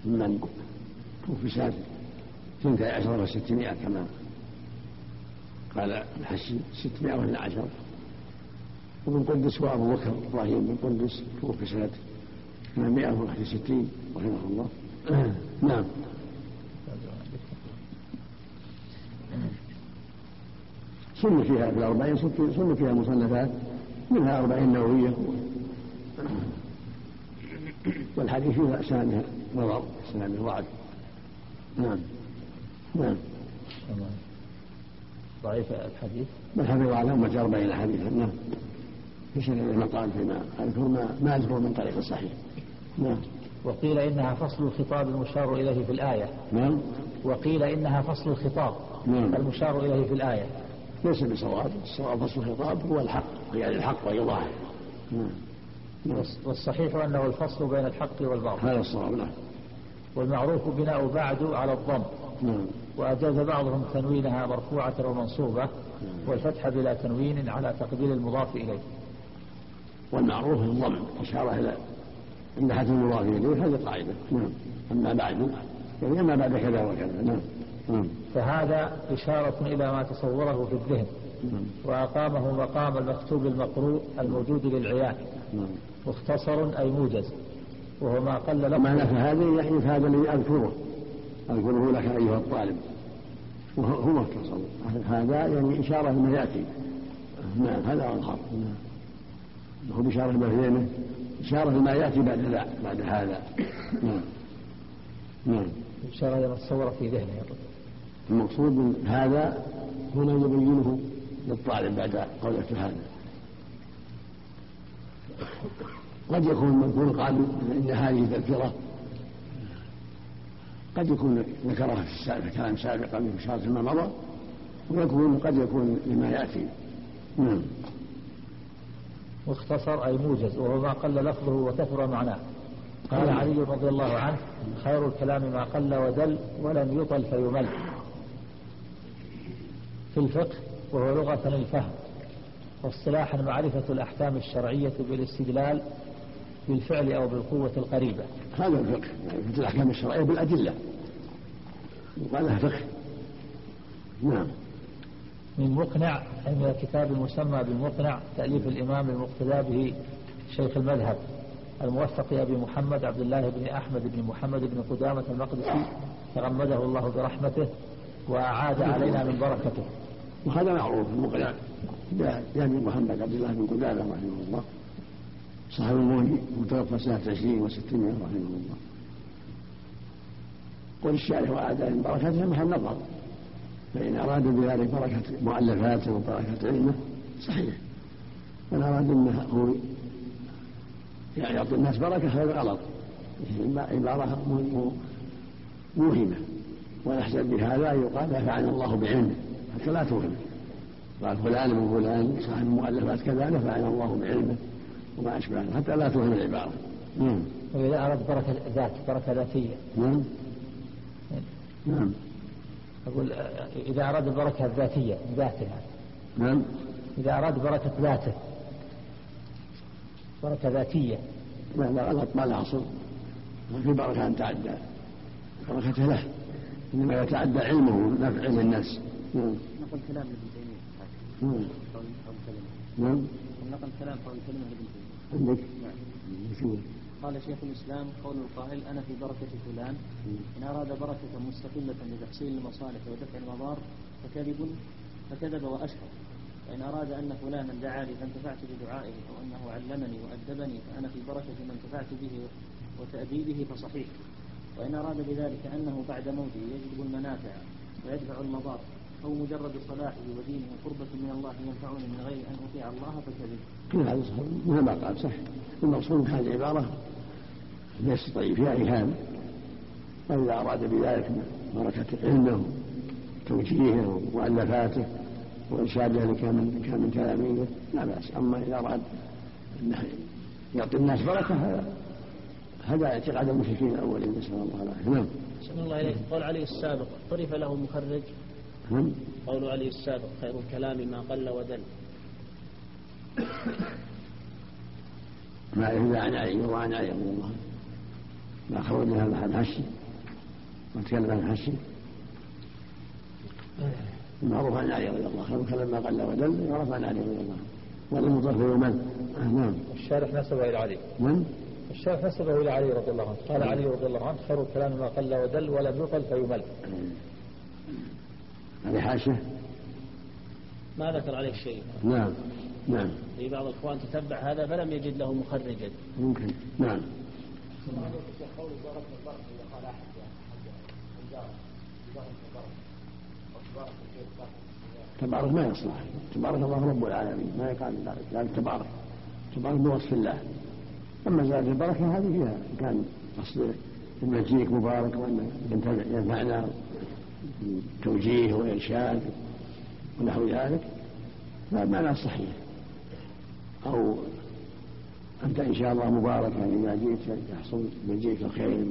ممن توفي سنة ثنتي عشر وستمائة كما قال الحشي ستمائة واثنى عشر. ومن قدس وأبو بكر إبراهيم بن قدس توفي سنة ثمانمائة وواحد وستين رحمه الله. نعم. سن فيها في الأربعين سن فيها مصنفات منها أربعين نووية والحديث فيها أسانها نظر أسانها ضعف. نعم. نعم. ضعيف الحديث بل حفظ على أمة أربعين حديثا. نعم. في شيء المقال فيما أذكر ما ما أذكر من طريق صحيح. نعم. وقيل إنها فصل الخطاب المشار إليه في الآية. نعم. وقيل إنها فصل الخطاب نعم. المشار إليه في الآية. ليس بصواب، الصواب فصل الخطاب هو الحق، يعني الحق وإيضاحه. نعم. والصحيح أنه الفصل بين الحق والباطل. هذا الصواب. نعم. والمعروف بناء بعد على الضم. نعم. وأجاز بعضهم تنوينها مرفوعة ومنصوبة. نعم. والفتح بلا تنوين على تقدير المضاف إليه. والمعروف الضم إشارة إلى أن حتى المضاف إليه هذه قاعدة. نعم. أما بعد يعني أما بعد كذا وكذا. نعم. نعم. فهذا إشارة إلى ما تصوره في الذهن. نعم. وأقامه مقام المكتوب المقروء الموجود للعيان. نعم. مختصر أي موجز وهو ما قل لفظه. معنى فهذا يعني فهذا الذي أذكره أذكره لك أيها الطالب وهو مختصر. هذا يعني إشارة لما يأتي. نعم. هذا هو الخط. نعم. هو بإشارة لما فيه إشارة لما يأتي بعد ذا بعد هذا. نعم. نعم. إشارة لما تصور في ذهنه. المقصود من هذا هنا يبينه للطالب بعد قولك هذا. قد يكون مذكور قال إن هذه تذكرة، قد يكون ذكرها في كلام سابقا من إشارة ما مضى، ويكون قد يكون لما يأتي. نعم. مختصر أي موجز وهو ما قل لفظه وكثر معناه. قال علي رضي الله عنه: خير الكلام ما قل ودل ولم يطل فيمل. في الفقه وهو لغة الفهم، واصطلاحا معرفة الأحكام الشرعية بالاستدلال بالفعل أو بالقوة القريبة. هذا الفقه معرفة الأحكام الشرعية بالأدلة وقال لها فقه. نعم. من مقنع أي من الكتاب المسمى بالمقنع تأليف الإمام المقتدى به شيخ المذهب الموفق أبي محمد عبد الله بن أحمد بن محمد بن قدامة المقدسي تغمده الله برحمته وأعاد علينا من بركته. وهذا معروف المقنع يعني محمد عبد الله بن قدامة رحمه الله صاحب المغني متوفى سنة عشرين وستمائة رحمه الله. قل الشارع وأعاد من بركته محل نظر، فإن أراد بذلك بركة مؤلفاته وبركة علمه صحيح، وإن أراد أنه يعني يعطي الناس بركة هذا غلط، عبارة موهمة، ونحسب بهذا يقال نفعنا الله بعلمه حتى لا توهم. قال فلان من فلان صاحب المؤلفات كذا نفعنا الله بعلمه وما أشبه حتى لا توهم العبارة. نعم. وإذا أراد بركة ذات بركة ذاتية. نعم. نعم. أقول إذا أراد البركة الذاتية من ذاتها. نعم. إذا أراد بركة ذاته بركة ذاتية. لا غلط، ما لها أصل، ما في بركة أن تعدى بركته له، إنما يتعدى علمه نفع للناس. نعم. نقل كلام ابن تيمية. نعم. نعم. نقل كلام قول كلمة ابن تيمية. عندك؟ نعم. قال شيخ الإسلام: قول القائل أنا في بركة فلان إن أراد بركة مستقلة لتحصيل المصالح ودفع المضار فكذب فكذب وأشهر، وإن أراد أن فلانا دعا لي فانتفعت بدعائه أو أنه علمني وأدبني فأنا في بركة ما انتفعت به وتأديبه فصحيح، وإن أراد بذلك أنه بعد موته يجلب المنافع ويدفع المضار أو مجرد صلاحه ودينه قربة من الله ينفعني من غير أن أطيع الله فكذب. كل هذا صحيح مهما قال صح. المقصود هذه العبارة ليس طيب فيها إيهام، وإذا أراد بذلك بركة علمه وتوجيهه ومؤلفاته وإرشاده لكامل كامل كلامه لا بأس. أما إذا أراد أنه يعطي الناس بركة هذا اعتقاد المشركين الأولين نسأل الله العافية. نعم. نسأل الله إليك. قول عليه السابق طرف له مخرج. نعم. قول عليه السابق خير الكلام ما قل ودل. ما إذا عن علي وعن علي رضي الله ما خرج هذا الحشي ونتكلم عن الحسن المعروف عن علي رضي الله عنه خير ما قل ودل يعرف عن علي رضي الله عنه والمضاف يوما. نعم. الشارح نسبه إلى علي. من؟ الشارح نسبه إلى علي رضي الله عنه قال علي رضي الله عنه خير الكلام ما قل ودل ولم يقل فيمل. هذه حاشة ما ذكر عليه شيء. نعم نعم. في بعض الإخوان تتبع هذا فلم يجد له مخرجا. ممكن. نعم. تبارك ما يصلح. تبارك الله رب العالمين ما يقال ذلك لكن تبارك تبارك بوصف الله. أما زاد البركة هذه فيها كان قصد المجيك مبارك وأن ينفعنا توجيه وإرشاد ونحو ذلك فمعنى صحيح. أو أنت إن شاء الله مبارك يعني ما جيت يحصل مجيك الخير من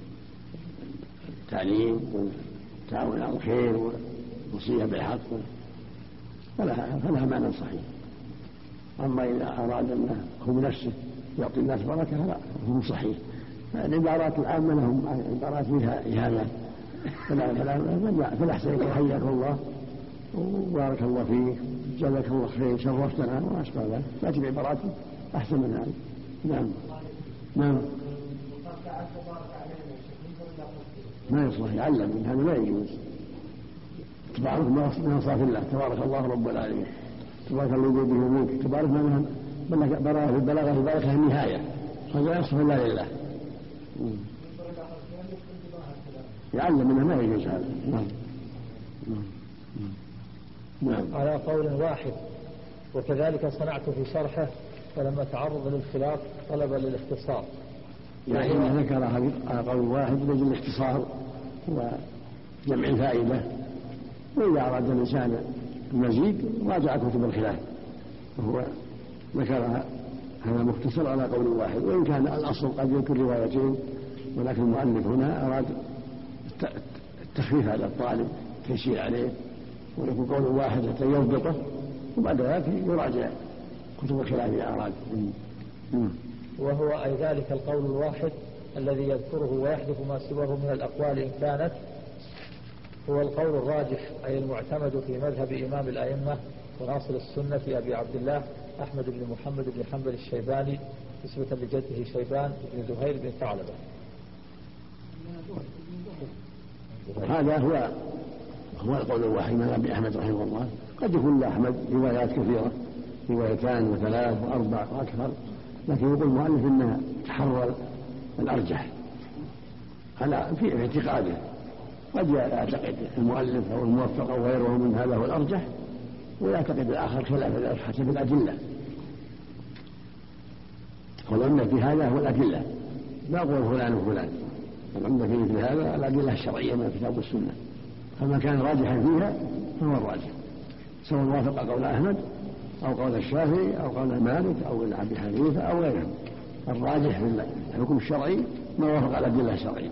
التعليم والتعاون على الخير والوصية بالحق فلها, فلها معنى صحيح. أما إذا أراد أنه هو بنفسه يعطي الناس بركة لا هو صحيح. العبارات العامة لهم عبارات فيها إهانة فلا فلا فالأحسن حياك الله وبارك الله فيك جزاك الله خير شرفتنا وما أشبه ذلك تأتي بعبارات أحسن من هذا. نعم نعم. ما يصلح يعلم من هذا لا يجوز. تبارك من أوصاف الله تبارك الله رب العالمين تبارك الذي بيده الملك تبارك ما بلغ في البلاغة البركة النهاية هذا يصف الله لله يعلم منه ما يجوز هذا. نعم نعم. على قول واحد وكذلك صنعت في شرحه فلما تعرض للخلاف طلب للاختصار يعني إن ذكر على قول واحد لجل الاختصار وجمع الفائدة. وإذا أراد الإنسان المزيد راجع كتب الخلاف وهو ذكرها هذا مختصر على قول واحد وإن كان الأصل قد يكون روايتين ولكن المؤلف هنا أراد التخفيف على الطالب تيسير عليه ويكون قول واحد حتى يضبطه وبعد ذلك يراجع كتب الخلاف إذا أراد. وهو أي ذلك القول الواحد الذي يذكره ويحذف ما سواه من الأقوال إن كانت هو القول الراجح أي المعتمد في مذهب إمام الأئمة وناصر السنة أبي عبد الله أحمد بن محمد بن حنبل الشيباني نسبة لجده شيبان بن زهير بن ثعلبة. هذا هو هو القول الواحد من أبي أحمد رحمه الله. قد يكون لأحمد روايات كثيرة روايتان وثلاث وأربع وأكثر لكن يقول المؤلف إنها تحرر الأرجح على في اعتقاده. قد يعتقد المؤلف أو الموفق أو غيره من هذا هو الأرجح ويعتقد الآخر خلاف ذلك حسب الأدلة. والعمدة في هذا هو الأدلة لا قول فلان وفلان. العمدة في مثل هذا الأدلة الشرعية من الكتاب والسنة فما كان راجحا فيها فهو الراجح سواء وافق قول أحمد أو قول الشافعي أو قول مالك أو أبي حنيفة أو غيرهم. الراجح في الحكم الشرعي ما وافق الأدلة الشرعية.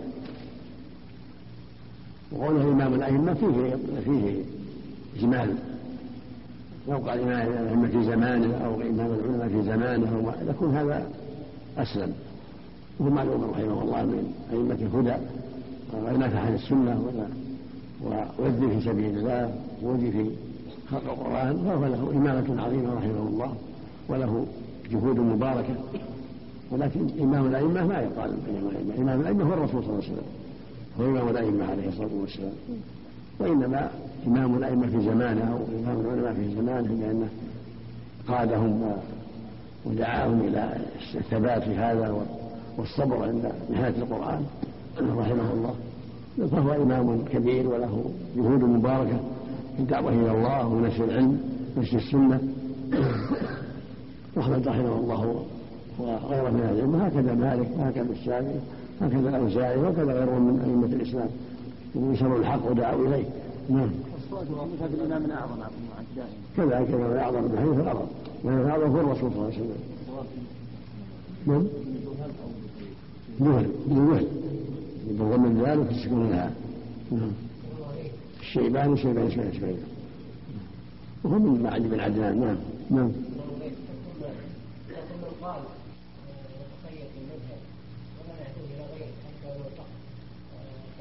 وقوله إمام الأئمة فيه فيه إجمال لو قال إمام الأئمة في زمانه أو إمام العلماء في زمانه يكون هذا أسلم. وهو معلوم رحمه الله من أئمة الهدى ونفع عن السنة ووذي في سبيل الله ووذي في خلق القرآن فهو له إمامة عظيمة رحمه الله وله جهود مباركة. ولكن إمام الأئمة ما يقال إمام الأئمة. إمام الأئمة هو الرسول صلى الله عليه وسلم هو إمام الأئمة عليه الصلاة والسلام. وإنما إمام الأئمة في زمانه أو إمام العلماء في زمانه لأنه قادهم ودعاهم إلى الثبات في هذا والصبر عند نهاية القرآن رحمه الله. فهو إمام كبير وله جهود مباركة في الدعوة إلى الله ونشر العلم ونشر السنة. وأحمد رحمه الله وغيره من العلم هكذا مالك وهكذا الشافعي هكذا الأوزاعي وكذا غيرهم من أئمة الإسلام ونشروا الحق ودعوا إليه. نعم. هذا الإمام الأعظم كذا كذا الأعظم من حيث الأعظم من الأعظم هو الرسول صلى الله عليه وسلم. نعم. جهل بالجهل بالضم ذلك السكون لها. نعم. الشيباني شيباني شيباني شيباني وهو من معد بن عدنان. نعم نعم.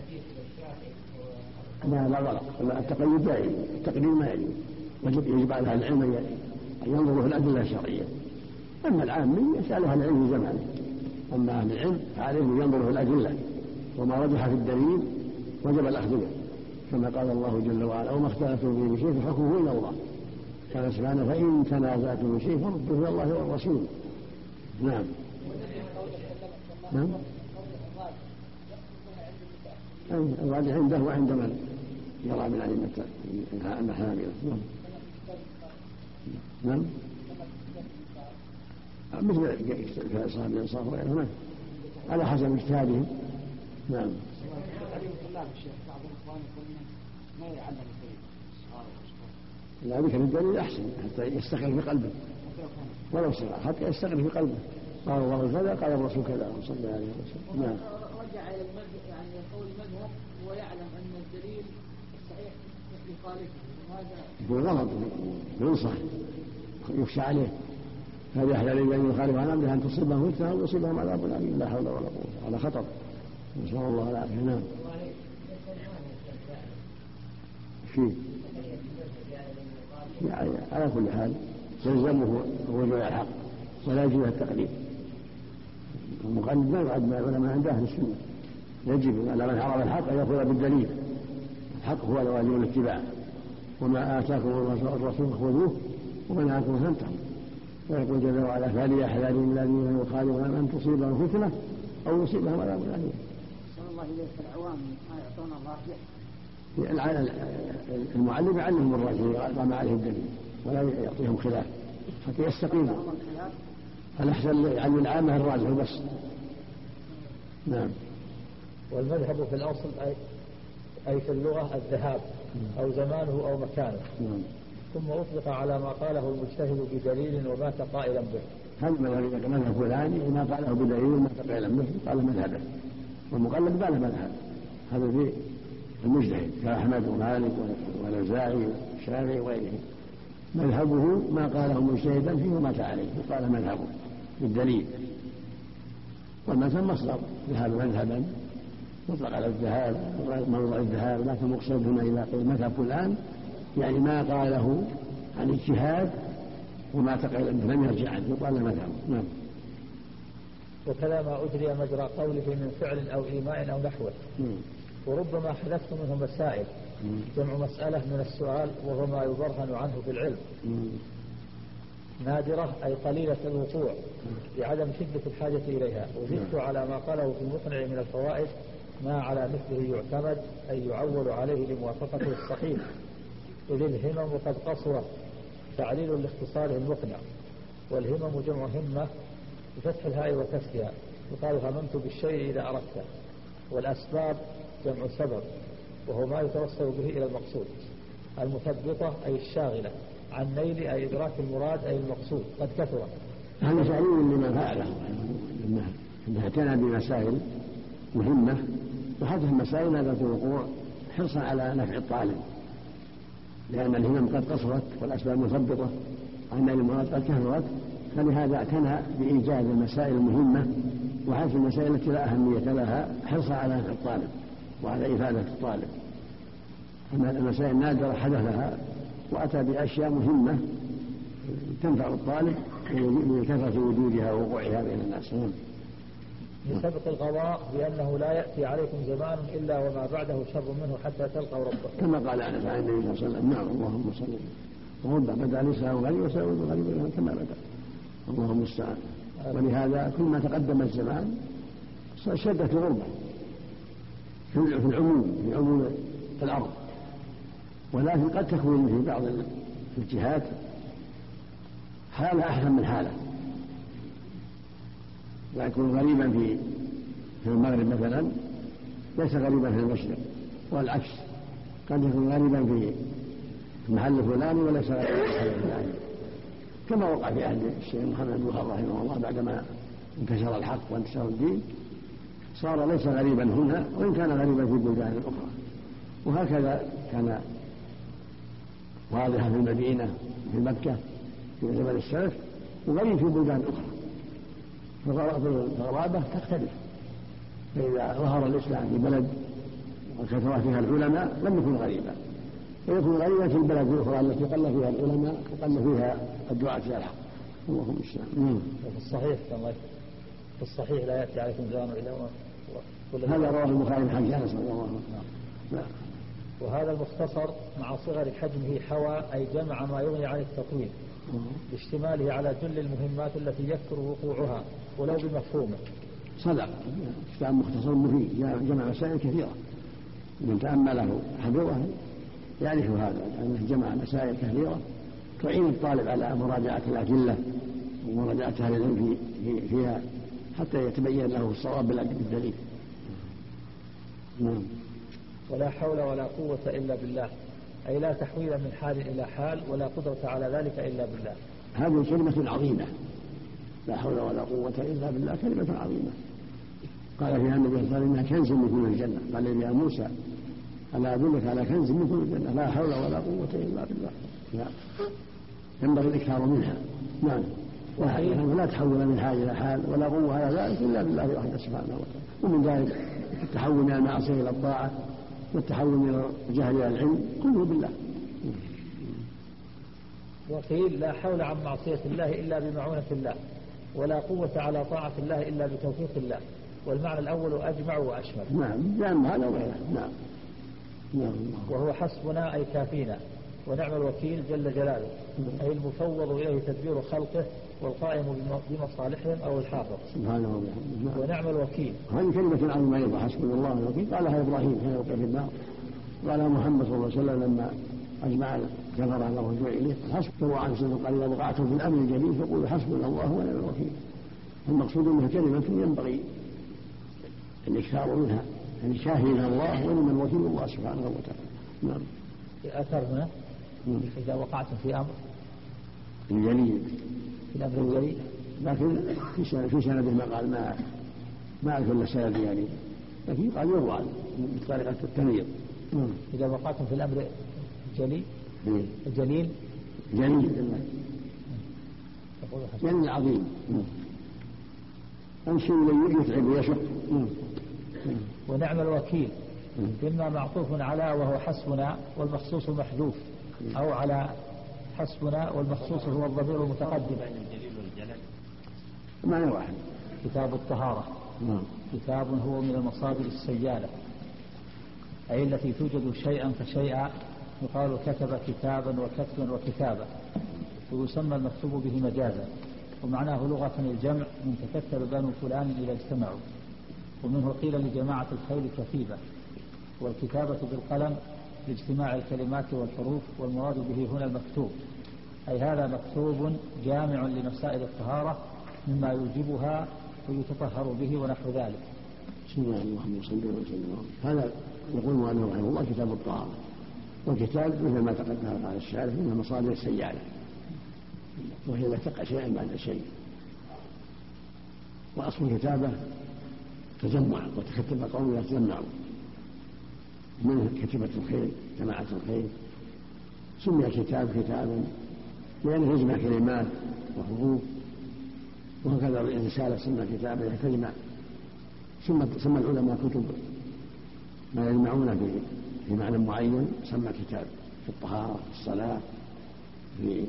لا لا غلط، التقييد لا يجوز، التقليد ما يجوز، يجب يجب على أهل العلم أن ينظروا في الأدلة الشرعية. أما العامي يسأل أهل العلم في زمانه، أما أهل العلم فعليهم ينظروا في الأدلة، وما رجح في الدليل وجب الأخذ به، كما قال الله جل وعلا: وما اختلفتم فيه بشيء فحكمه إلى الله. كان سبحانه: فإن تنازعتم في شيء فردوه إلى الله والرسول. نعم. نعم. الراجح عنده وعند من يرى من أئمة الحنابلة. نعم. مثل كأصحاب الإنصاف وغيرهم على حسب اجتهادهم. نعم. لا ذكر الدليل أحسن حتى يستقر في قلبه ولو صغر، حتى يستقر في قلبه. قال الله كذا قال الرسول كذا صلى الله عليه وسلم. نعم. رجع إلى المذهب، يعني يقول المذهب ويعلم أن الدليل الصحيح يخالفه، وهذا يكون غلط، ينصح، يخشى عليه. هذا يحذر أن يخالف عن أمره أن تصيبه فتنة أو يصيبهم عذاب أليم، لا حول ولا قوة، على خطر، نسأل الله العافية. نعم. فيه يعني على كل حال يلزمه الرجوع الحق ولا يجوز التقليد. المقلد ما يعد ما العلماء عند أهل السنة، يجب على من عرف الحق أن يأخذ بالدليل، الحق هو الواجب الاتباع، وما آتاكم الرسول خذوه ومنعكم فانتهوا. ويقول جل وعلا: فليحذر الذين يخالفون أن تصيبهم فتنة أو يصيبهم عذاب أليم. صلى الله عليه وسلم العوام ما يعطون الراجح. المعلم يعلمهم الراجح قام عليه الدليل ولا يعطيهم خلاف حتى يستقيموا. الأحسن يعلم العامة الراجح بس. نعم. والمذهب في الأصل أي, أي في اللغة الذهاب أو زمانه أو مكانه. نعم. ثم أطلق على ما قاله المجتهد بدليل ومات قائلا به. هل مذهب فلان ما قاله بدليل ومات قائلا به قال مذهبه، والمقلد قال مذهب. هذا في المجتهد كأحمد ومالك والأوزاعي والشافعي وغيره، مذهبه ما قاله مجتهدا فيه ومات عليه وقال مذهبه بالدليل. والمذهب مصدر ذهب مذهبا مطلق على الذهاب موضع الذهاب، لكن مقصود هنا إذا قيل مذهب فلان يعني ما قاله عن اجتهاد وما تقل لم يرجع عنه يقال مذهبه. نعم. وكذا ما أجري مجرى قوله من فعل أو إيماء أو نحوه. وربما حدثت منه مسائل، جمع مسألة من السؤال وهو ما يبرهن عنه في العلم. نادرة أي قليلة الوقوع لعدم شدة الحاجة إليها. وزدت على ما قاله في المقنع من الفوائد ما على مثله يعتمد أي يعول عليه لموافقته الصحيح، إذ الهمم قد قصرت تعليل لاختصاره المقنع. والهمم جمع همة بفتح الهاء وكسرها، يقال هممت بالشيء إذا أردته. والأسباب جمع سبب وهو ما يتوصل به إلى المقصود. المثبطة أي الشاغلة عن نيل أي إدراك المراد أي المقصود قد كثرت. هذا تعليل لما فعله أنه اعتنى بمسائل مهمة، وهذه المسائل ذات الوقوع حرصا على نفع الطالب، لأن الهمم قد قصرت والأسباب مثبطة عن نيل المراد قد كثرت، فلهذا اعتنى بإيجاد المسائل المهمة وهذه المسائل التي لا أهمية لها حرصا على نفع الطالب وعلى إفادة الطالب. أما المسائل النادرة حدث لها وأتى بأشياء مهمة تنفع الطالب لكثرة وجودها ووقوعها بين الناس. لسبق القضاء بأنه لا يأتي عليكم زمان إلا وما بعده شر منه حتى تلقوا ربكم، كما قال عنه عن النبي صلى الله عليه وسلم: نعم اللهم صل ورب بدأ الإسلام غني وسيعود غريبا كما بدأ، اللهم المستعان. ولهذا كل ما تقدم الزمان شدة الغربة في العموم في عموم الأرض، ولكن قد تكون في بعض الجهات حالة أحسن من حالة، ويكون غريبا في في المغرب مثلا ليس غريبا في المشرق، والعكس قد يكون غريبا في المحل الفلاني وليس غريبا في المحل الفلاني، كما وقع في عهد الشيخ محمد بن وهاب رحمه الله بعدما انتشر الحق وانتشر الدين صار ليس غريبا هنا وإن كان غريبا في بلدان أخرى. وهكذا كان واضحا في المدينة في مكة في زمن السلف وغريب في بلدان أخرى، فالغرابة تختلف. فإذا ظهر الإسلام في بلد وكثر فيها العلماء لم يكن غريبا، ويكون غريبا في البلد الأخرى التي قل فيها العلماء وقل فيها الدعاة إلى الحق. اللهم المستعان. في الصحيح في الصحيح لا يأتي عليكم زمان إلا هذا رواه البخاري من حديث أنس رضي الله عنه. نعم. وهذا المختصر مع صغر حجمه حوى أي جمع ما يغني عن التطويل باشتماله على جل المهمات التي يكثر وقوعها ولو بمفهومه. صدق، كتاب مختصر مفيد جمع مسائل كثيرة، من تأمله حفظه يعرف هذا، أنه جمع مسائل كثيرة تعين الطالب على مراجعة الأدلة ومراجعة أهل العلم في فيها حتى يتبين له الصواب بالدليل. نعم. ولا حول ولا قوة إلا بالله، أي لا تحويل من حال إلى حال ولا قدرة على ذلك إلا بالله. هذه كلمة عظيمة، لا حول ولا قوة إلا بالله، كلمة عظيمة قال فيها النبي صلى الله عليه وسلم إنها كنز من كنوز الجنة. قال يا موسى ألا أدلك على كنز من كنوز الجنة، لا حول ولا قوة إلا بالله. لا ينبغي الإكثار منها. نعم. ولا تحول من حال إلى حال ولا قوة على ذلك إلا بالله وحده سبحانه وتعالى. ومن ذلك التحول من المعصية إلى الطاعة والتحول من الجهل إلى العلم كله بالله. وقيل لا حول عن معصية الله إلا بمعونة الله، ولا قوة على طاعة الله إلا بتوفيق الله. والمعنى الأول أجمع وأشمل. نعم، نعم هذا وغيره. نعم. نعم. وهو حسبنا أي كافينا، ونعم الوكيل جل جلاله أي المفوض إليه تدبير خلقه والقائم بمصالحهم أو الحافظ سبحانه وتعالى. ونعم الوكيل. هذه كلمة عظيمة أيضا، حسبنا الله الوكيل. قالها إبراهيم حين وقع في النار، قالها محمد صلى الله عليه وسلم لما أجمع الكفر على الرجوع إليه، حسبنا عن سنة قال إذا وقعتم في الأمر الجليل فقولوا حسبنا الله ونعم الوكيل. المقصود أنها كلمة ينبغي الإكثار منها، يعني شاهدنا الله ونعم الوكيل الله سبحانه وتعالى. نعم. أثر هنا إذا وقعتم في أمر الجليل، في الأمر الجليل، لكن في سنة في سنة ما قال ما ما أعرف إلا سند يعني، لكن قال يروى بطريقة التمييز. إذا وقعتم في الأمر الجليل الجليل جليل جليل عظيم، الشيء الذي يتعب ويشق. ونعم الوكيل إما معطوف على وهو حسبنا والمخصوص محذوف، أو على حسبنا والمخصوص هو الضمير المتقدم. معنى واحد. كتاب الطهارة نعم. كتاب هو من المصادر السيالة، أي التي توجد شيئا فشيئا، يقال كتب كتابا وكتبا وكتابة، ويسمى المكتوب به مجازا، ومعناه لغة الجمع من تكتب بنو فلان إذا اجتمعوا، ومنه قيل لجماعة الخيل كتيبة. والكتابة بالقلم لاجتماع الكلمات والحروف، والمراد به هنا المكتوب، أي هذا مكتوب جامع لمسائل الطهارة مما يوجبها ويتطهر به ونحو ذلك. بسم الله الرحمن الرحيم. هذا يقول مؤلف رحمه الله كتاب الطهارة، والكتاب مثل ما تقدم على الشارع من مصادر السيالة، وهي إذا تقع شيئا بعد شيء. وأصل الكتابة تجمع، وتكتب قوم يتجمعوا، منه كتبة الخير جماعة الخير. سمي الكتاب كتابا لأنه يجمع كلمات وحروف، وهكذا الرسالة سمى كتابا يجمع. سمى العلماء كتب ما يجمعون في معنى معين سمى كتاب، في الطهارة، في الصلاة، في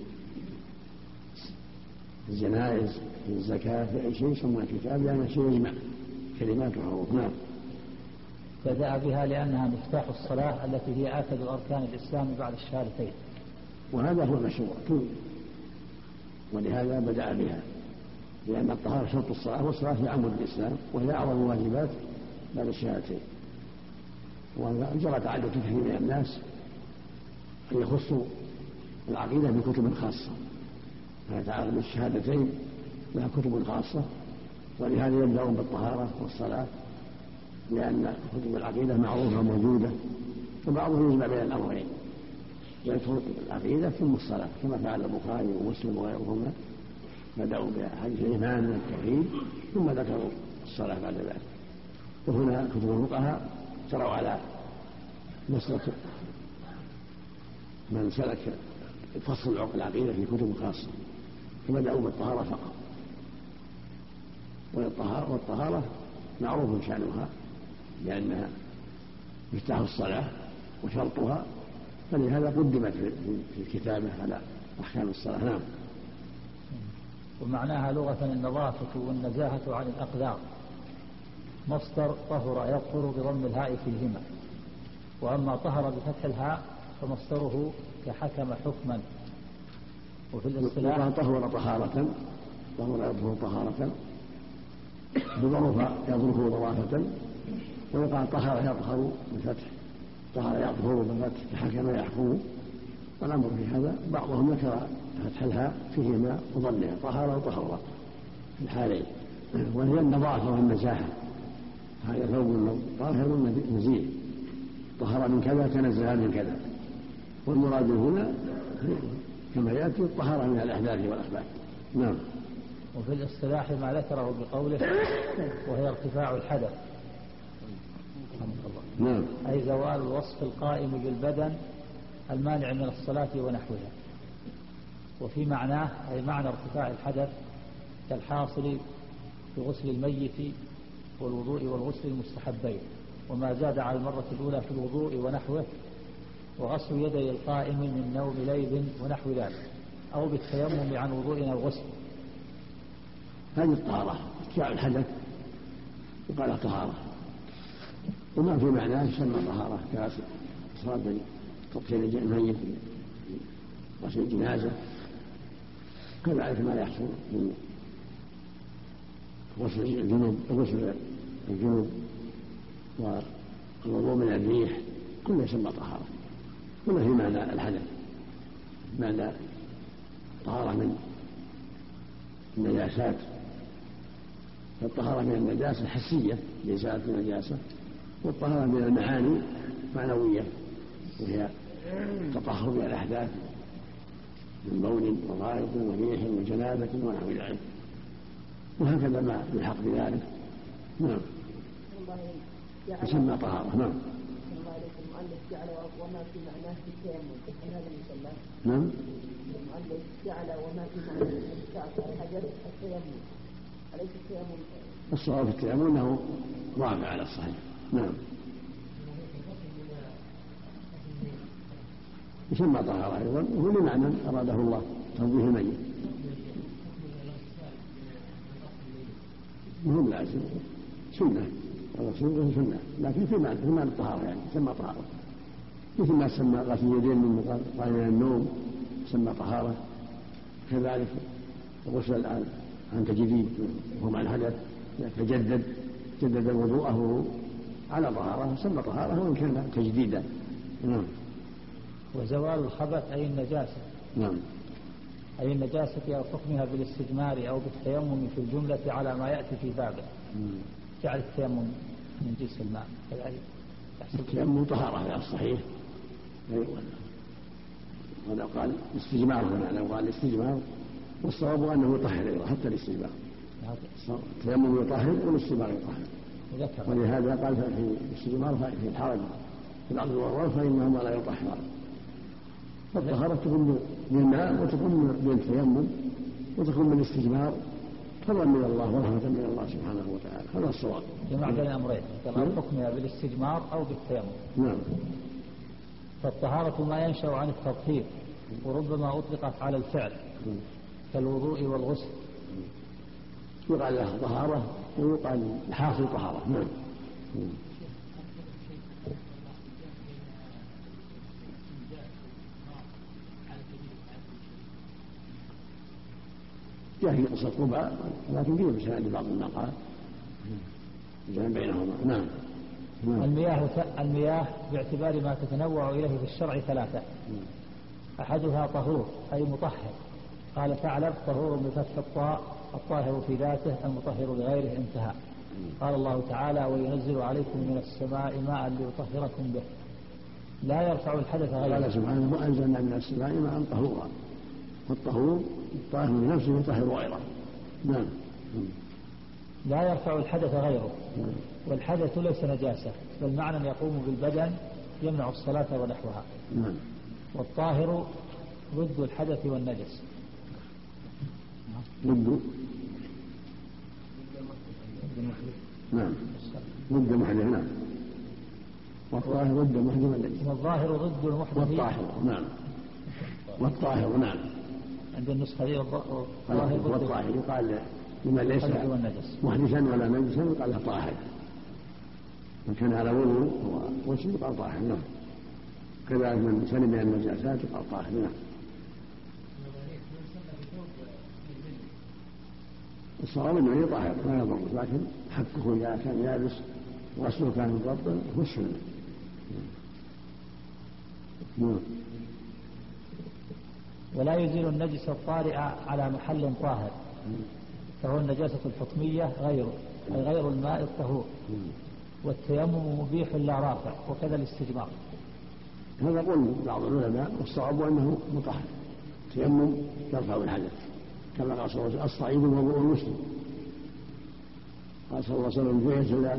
الجنائز، في الزكاة، في أي شيء سمى كتاب لأنه شيء يجمع كلمات وحروف. نعم. بدأ بها لأنها مفتاح الصلاة التي هي آكد أركان الإسلام بعد الشهادتين، وهذا هو المشروع، ولهذا بدأ بها، لأن الطهارة شرط الصلاة، والصلاة هي عمود الإسلام وهي أعظم الواجبات بعد الشهادتين. وجرى تعدد كثير من الناس أن يخصوا العقيدة بكتب خاصة، فيتعلم الشهادتين لها كتب خاصة، ولهذا يبدأون بالطهارة والصلاة، لأن كتب العقيدة معروفة موجودة، وبعضهم يجمع بين الأمرين، يذكر العقيدة ثم الصلاة، كما فعل البخاري ومسلم وغيرهما، بدأوا بحديث الإيمان والتوحيد ثم ذكروا الصلاة بعد ذلك. وهنا كتب الفقهاء جروا على مسلك من سلك فصل العقيدة في كتب خاصة، فبدأوا بالطهارة فقط. والطهارة معروف شأنها، لأنها مفتاح الصلاة وشرطها، فلهذا قدمت في الكتابة على أحكام الصلاة. نعم. ومعناها لغة النظافة والنزاهة عن الأقدار. مصدر طهر يطهر بضم الهاء فيهما، وأما طهر بفتح الهاء فمصدره كحكم حكما. وفي الاصطلاح طهر طهارة، طهر يطهر طهارة، بظرف يظرفه ظرافة، ويقال طهر يطهر بالفتح، طهر يطهر بالفتح كحكم يحكم. والأمر في هذا بعضهم ذكر فتح الهاء فيهما وضمها، طهر وطهر في الحالين، وهي النظافة والنزاهة. هذا ثوب طاهر نزيه، طهر من كذا تنزه من كذا. والمراد هنا كما يأتي الطهارة من الأحداث والأخبار. نعم. وفي الاصطلاح ما ذكره بقوله وهي ارتفاع الحدث. نعم. أي زوال الوصف القائم بالبدن المانع من الصلاة ونحوها. وفي معناه أي معنى ارتفاع الحدث كالحاصل في غسل الميت والوضوء والغسل المستحبين، وما زاد على المرة الأولى في الوضوء ونحوه، وغسل يدي القائم من نوم ليل ونحو ذلك، أو بالتيمم عن وضوء أو غسل. هذه الطهارة ارتفاع الحدث وقال طهارة، وما في معناه يسمى طهارة كصلاة تطهير الميت، غسل الجنازة، كذلك ما يحصل من غسل الجنوب غسل الجنوب والوضوء من الريح، كله يسمى طهارة، كله في معنى الحدث، معنى طهارة من النجاسات. فالطهارة من النجاسة الحسية لإزالة النجاسة، والطهارة من المعاني معنوية وهي التطهر من الأحداث من بول وغائط وريح وجنابة ونحو ذلك، وهكذا ما يلحق بذلك. نعم. يسمى طهارة. نعم. المؤلف جعل وما في معناه في التيمم، هل هذا يسمى؟ نعم. المؤلف جعل وما في معناه في الحجر التيمم، أليس التيمم؟ الصواب في التيمم أنه رابع على الصحيح. نعم. يسمى طهارة أيضا، وهو لمعنى أراده الله تنظيف الميت، وهم لازم سنة، الرسول سنة، لكن في معنى في معنى الطهارة، يعني يسمى طهارة، مثل ما سمى غسل اليدين من قبل النوم سمى طهارة، كذلك الغسل الآن عن تجديد وهو مع الحدث يتجدد جدد وضوءه على طهارة سمى طهارة وإن كان تجديدا. نعم. وزوال الخبث أي النجاسة. نعم. أي النجاسة أو حكمها بالاستجمار أو بالتيمم في الجملة على ما يأتي في بابه. جعل التيمم من جنس الماء كذلك يحصل التيمم طهارة على الصحيح، ولا قال استجمار هنا، لو قال استجمار والصواب أنه يطهر أيضا حتى الاستجمار، التيمم يطهر والاستجمار يطهر، ولهذا قال في الاستجمار في الحرج في الأرض والروح فإنهما لا يطهران. فالطهارة تكون بالماء وتكون بالتيمم وتكون بالاستجمار فضلا من الله ورحمة من الله سبحانه وتعالى. هذا الصواب. جمع بين الأمرين، كما حكمها بالاستجمار أو بالتيمم. نعم. فالطهارة ما ينشأ عن التطهير، وربما أطلقت على الفعل كالوضوء والغسل. يقال لها طهارة ويقال حاصل طهارة. نعم. جاء في قصة قباء لكن فيه بسند بعض النقال جمع بينهما. نعم. نعم. المياه المياه باعتبار ما تتنوع إليه في الشرع ثلاثة. أحدها طهور أي مطهر، قال ثعلب طهور بفتح الطاء الطاهر في ذاته المطهر بغيره انتهى. قال الله تعالى وينزل عليكم من السماء ماء ليطهركم به. لا يرفع الحدث غيره. قال سبحانه وأنزلنا من السماء ماء طهورا، والطهور الطاهر بنفسه يطهر غيره. نعم. لا يرفع الحدث غيره. والحدث ليس نجاسة بل معنى يقوم بالبدن يمنع الصلاة ونحوها. نعم. والطاهر ضد الحدث والنجس. ضد نعم ضد محدث. نعم. والطاهر ضد المحدث والنجس. والظاهر ضد المحدث والطاهر نعم. والطاهر نعم. عند النسخة دي والطاهر يقال لمن ليس محدثا ولا نجسا يقال له طاهر. من كان على وضوء وغسل يقال طاهر نعم. كذلك من سلم من النجاسات يقال طاهر نعم. الصواب انه طاهر ما يضر، لكن حكه اذا كان يابس وغسله كان متوضا هو السنه. نعم. ولا يزيل النجس الطارئ على محل طاهر، فهو النجاسة الحكمية غيره أي غير الماء الطهور. والتيمم مبيح لا رافع، وكذا الاستجمار. هذا قول بعض العلماء، والصواب انه مطهر. التيمم يرفع الحدث كما قال صلى الله عليه وسلم الصعيد وضوء المسلم. قال صلى الله عليه وسلم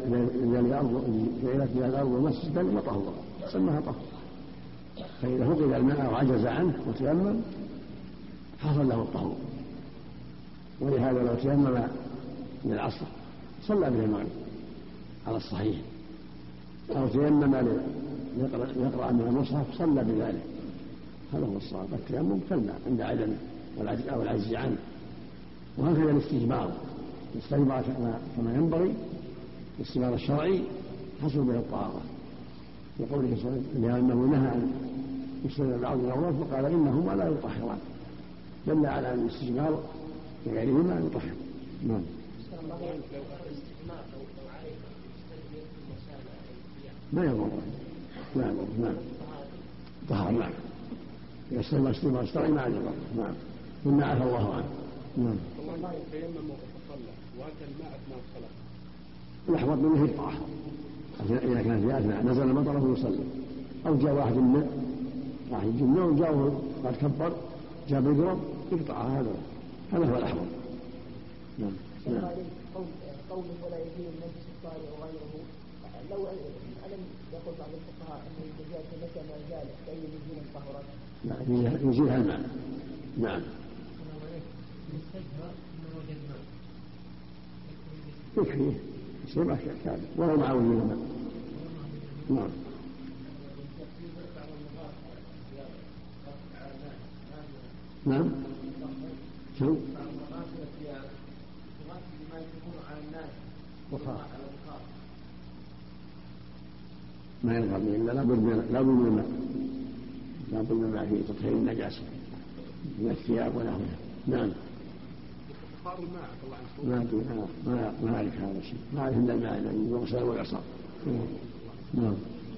جعلت لها الارض مسجدا وطهورا، سماها طهور. فاذا فقد الماء وعجز عنه وتيمم حصل له الطهور. ولهذا لو تيمم من العصر صلى به المغرب على الصحيح، او تيمم ليقرأ من المصحف صلى بذلك. هذا هو الصواب. التيمم كالماء عند عدمه او العجز عنه. وهكذا الاستجمار، الاستجمار كما ينبغي الاستجمار الشرعي حصل به الطهارة. وقوله صلى الله عليه وسلم انه نهى عن يستجمر بعض الأوراق فقال انهما لا يطهران، دل على ان الاستجمار بغيرهما يطهر. نعم. ما يضر ما يضر نعم. طهر نعم. يستجمر استجمار الشرعي ما يضر نعم، مما عفى الله عنه. نعم. الله يتيمم وتصلى واتى الماء اثناء الصلاه. الاحوط منه يقطعها اذا كان في اثناء نزل المطر ويصلي، او جاء واحد من واحد جنه وجاءه قد كبر جاء بيضرب يقطعها. هذا هذا هو الاحوط. نعم. نعم. قوله ولا يزيل النجس الطارئ وغيره، لو ألم يقول بعض الفقهاء أن النجاسة متى ما زالت فهي يزيل طهرا؟ لا يزيلها الماء. نعم. يكفيه يصير ما كان ولا معه الماء. نعم. نعم. شو؟ ما يظهر إلا لابد من لابد من الماء، لابد من الماء في تطهير النجاسة من الثياب ونحوها. نعم. بخار الماء الله عنه. ما ما ما أعرف هذا الشيء، ما أعرف إلا الماء الذي يغسل ويعصر. نعم.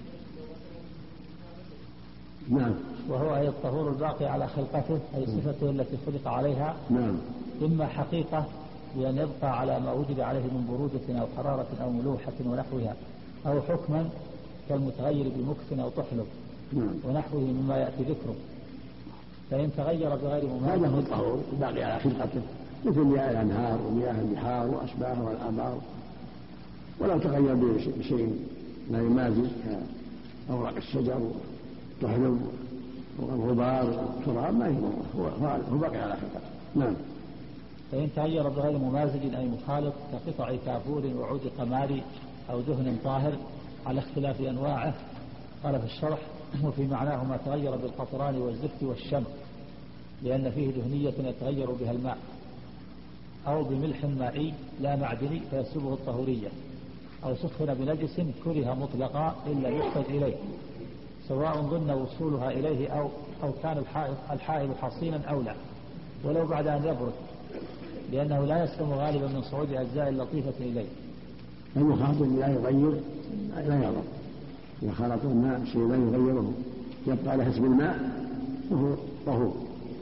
نعم. وهو أي الطهور الباقي على خلقته، أي صفته التي خلق عليها. نعم. إما حقيقة بأن يبقى على ما وجد عليه من برودة أو حرارة أو ملوحة ونحوها، أو حكما كالمتغير بمكث أو طحلب نعم. ونحوه مما يأتي ذكره. فإن تغير بغير مماثل هذا هو الطهور الباقي على خلقته، مثل مياه الأنهار ومياه البحار وأشباهها والآبار. ولو تغير بشيء لا يمازج كأوراق الشجر والطحلب والغبار والتراب ما هو هو باقي على خلقته. نعم. فإن تغير بغير ممازج أي مخالط كقطع كافور وعود قماري أو دهن طاهر على اختلاف أنواعه. قال في الشرح وفي معناه ما تغير بالقطران والزفت والشم، لأن فيه دهنية يتغير بها الماء، أو بملح مائي لا معدني فيسلبه الطهورية، أو سخن بنجس كره مطلقا إلا يحتاج إليه، سواء ظن وصولها إليه أو أو كان الحائض الحائض حصينا أو لا، ولو بعد أن يبرد، لأنه لا يسلم غالبا من صعود أجزاء لطيفة إليه. المخاطب لا يغير لا يضر، إذا خلط الماء شيء لا يغيره يبقى على حسب الماء وهو طهور.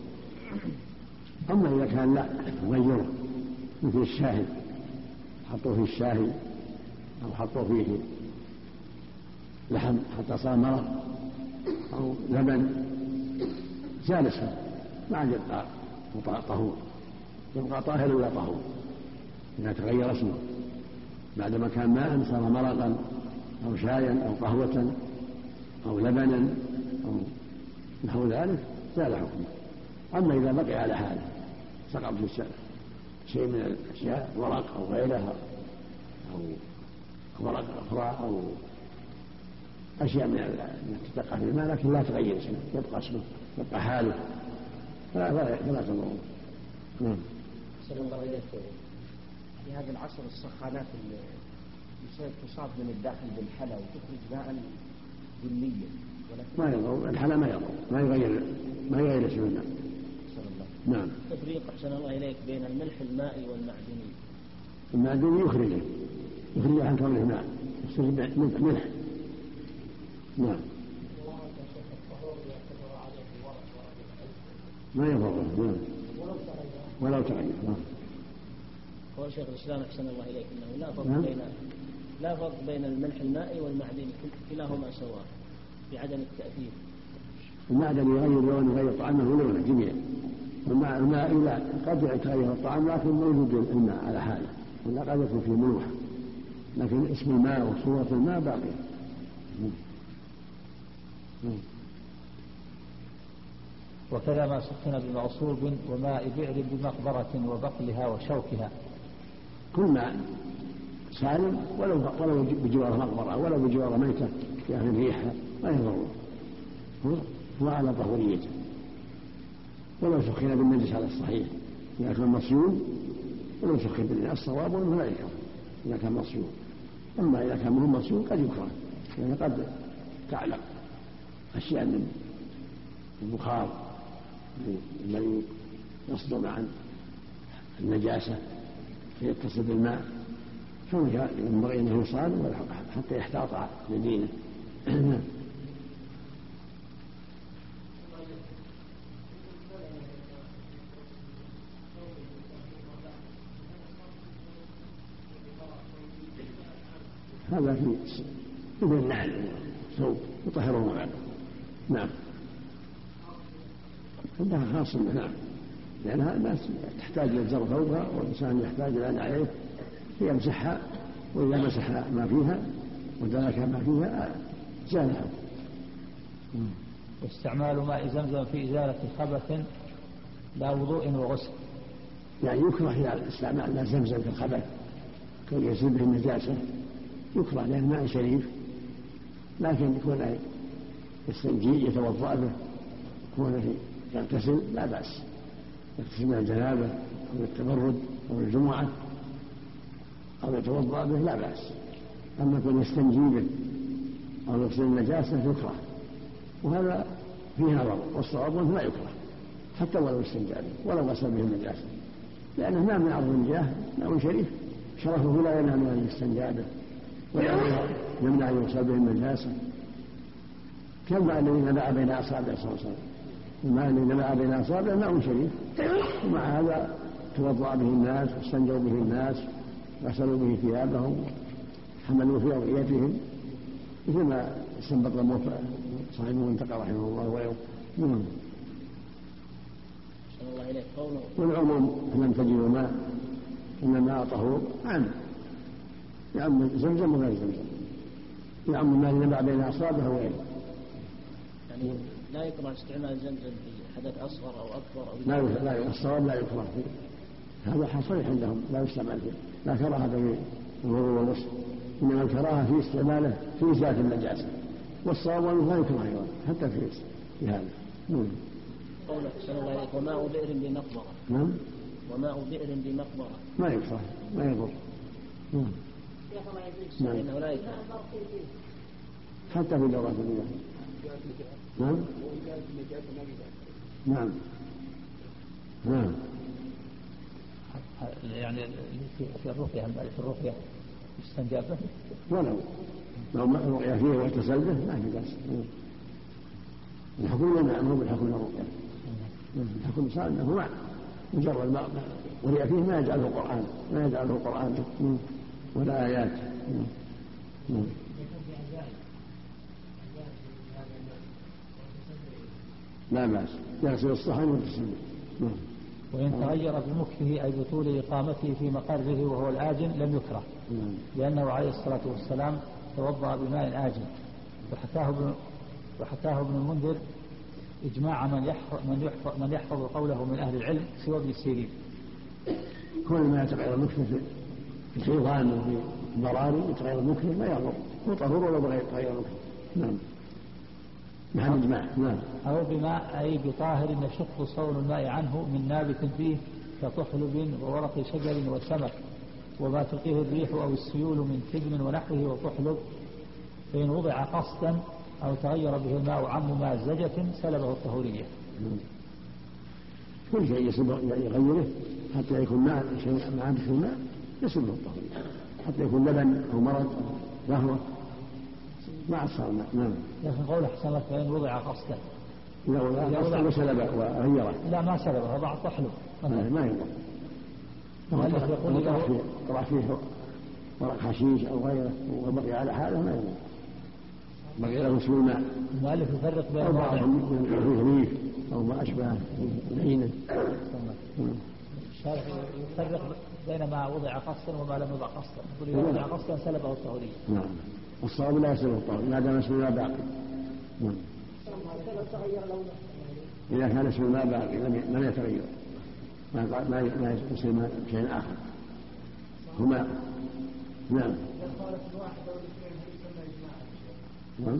أما إذا كان لا يغيره مثل الشاهي، حطوا فيه الشاهي أو حطوا فيه لحم حتى صار مرق أو لبن جالسا ما عاد يبقى طهور، يبقى طاهر ولا طهور إذا تغير اسمه بعدما كان ماء صار مرقا أو شايا أو قهوة أو لبنا أو نحو ذلك زال حكمه. أما إذا بقي على حاله سقط في شيء من الأشياء ورق أو, أو غيرها أو ورق أخرى أو أشياء من التي تقع في الماء لكن لا تغير اسمه، يبقى اسمه يبقى حاله فلا فلا تضره. نعم. في هذا العصر السخانات تصاب من الداخل بالحلا وتخرج ماء ذليا ما يضر، الحلا ما يضر، ما يغير ما يغير اسم الماء. نعم. تفريق أحسن الله إليك بين الملح المائي والمعدني. المعدني يخرجه يخرجه عن كونه ماء يصير ملح. نعم. ما يضره. نعم. ولو تغير. نعم. قال شيخ الإسلام أحسن الله إليك أنه لا فرق نعم. بين لا فرق بين الملح المائي والمعدني كلاهما سواء في عدم التأثير. المعدن يغير لون يغير طعمه ولونه جميعا، والماء لا قد يتغير الطعام لكن موجود الماء على حاله ولا قد يكون فيه ملوحة، لكن اسم الماء وصورة الماء باقية. وكذا ما سخن بمغصوب وماء بئر بمقبرة وبقلها وشوكها. كل ماء سالم ولو ولو بجوار مقبرة ولو بجوار ميتة فيها ريحها ما يضره، هو على طهوريته. ولو سخن بالنجس على الصحيح إذا كان مصيون، ولو سخن بالنجس الصواب ولا لا يكره إذا كان مصيون. أما إذا كان مو مصيون قد يكره، يعني قد تعلق أشياء من البخار الذي يصدر عن النجاسة فيتصل بالماء، ينبغي أنه يصان حتى يحتاط لدينه. هذا في مثل النعل ثوب يطهره معه. نعم. عندها خاص. نعم. لأنها الناس تحتاج إلى زر ثوبها والإنسان يحتاج إلى نعليه فيمسحها، وإذا مسح ما فيها ودلك ما فيها زالها. واستعمال ماء زمزم في إزالة خبث لا وضوء وغسل. يعني يكره إذا استعمال ماء زمزم في الخبث كي يزيل به النجاسة يكره لأن الماء شريف، لكن يكون يستنجي يتوضأ به يكون يغتسل لا بأس، يغتسل من الجنابة أو التبرد أو الجمعة أو يتوضأ به لا بأس. أما يكون يستنجي به أو يغسل النجاسة يكره، وهذا فيها ضرر، والصواب أنه لا يكره حتى ولو استنجى به ولو غسل به النجاسة، لأنه ما من عرض النجاه ماء شريف شرفه لا ينال من الاستنجاء به ولا يمنع أن يغسل به النجاسة، كالماء الذي نبع بين أصابعه صلى الله عليه وسلم. الماء الذي نبع بين أصابعه ماء شريف، ومع هذا توضأ به الناس واستنجوا به الناس غسلوا به ثيابهم حملوا في أوعيتهم، مثل ما استنبط صاحب المنتقى رحمه الله وغيره. والعموم لم تجدوا ماء إن الماء طهور عام يعم زمزم وغير زمزم، يعم الماء نبع بين أصابعه وغيره. يعني لا يكره استعمال زمزم في حدث أصغر أو أكبر أو لا لا الصواب لا يكره فيه، هذا صريح عندهم لا يستعمل فيه، لا كراهة في الوضوء والغسل، إنما الكراهة في استعماله في إزالة النجاسة، والصواب أنه لا يكره أيضا حتى في في هذا. قولك صلى الله عليه وماء بئر بمقبرة. نعم. وماء بئر بمقبرة ما يكره ما يضر. نعم. نعم. إنه لا يكره حتى في دورات المياه. نعم. نعم. نعم. يعني في الرقية في الرقية يستنجى به ولو لو ما الرقية فيه واتصل به ما في بأس. الحكم لا مو بالحكم الرقية، الحكم صار انه مع مجرد ما ورئ فيه ما يجعله قرآن ما يجعله قرآن ولا آيات. لا بأس يغسل الصحن والتسليم. وإن تغير بمكثه أي بطول إقامته في مقره وهو الآجن لم يكره، لأنه عليه الصلاة والسلام توضأ بماء آجن. وحكاه ابن وحكاه ابن المنذر إجماع من يحفظ من يحفظ من يحفظ قوله من أهل العلم سوى ابن سيرين. كل ما يتغير المكث في الخيطان وفي الضراري يتغير المكث ما يضر، هو طهور ولا بغير تغير المكث. نعم محل إجماع. نعم. أو بماء أي بطاهر يشق صون الماء عنه من نابت فيه كطحلب وورق شجر وسمك وما تلقيه الريح أو السيول من كدم ونحوه وطحلب، فإن وضع قصدا أو تغير به الماء عن ممازجة سلبه الطهورية. كل شيء يغيره حتى يكون ماء شيء مع الماء يسلبه الطهورية، حتى يكون لبن أو مرض أو قهوة ما أصار الماء. نعم. لكن قول أحسن لك فإن وضع قصدا إذا وضع قصدا وسلبه وغيره. لا ما سلبه، وضع طحلب ما يضر. المؤلف يقول طلع فيه ورق حشيش أو غيره وبقي على حاله ما يضر، بقي له سوء الماء. المؤلف يفرق بين أو بعضهم من ريف أو ما أشبه العينة. الشارح يفرق بين ما وضع قصدا وما لم يوضع قصدا، يقول إذا وضع قصدا سلبه الطهورية. نعم. الصواب لا يسلبه الطهورية ما دام اسم الماء باقي. نعم. إذا كان اسم الماء باقي لم يتغير ما ما يسمى شيء آخر هما. نعم. نعم.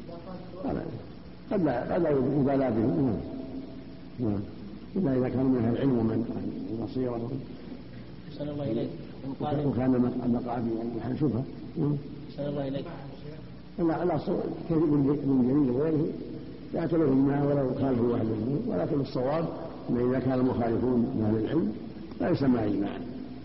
قد لا قد لا يبالى بهم. نعم. إلا إذا كانوا من العلم ومن البصيرة صلى الله إليك وكان المقعد يعني شبهة. صلى الله إليك أما على كثير من جميل غيره يعتبر الماء ولو خالفوا أهل العلم، ولكن الصواب أن إذا كان المخالفون من أهل العلم لا يسمى إجماعا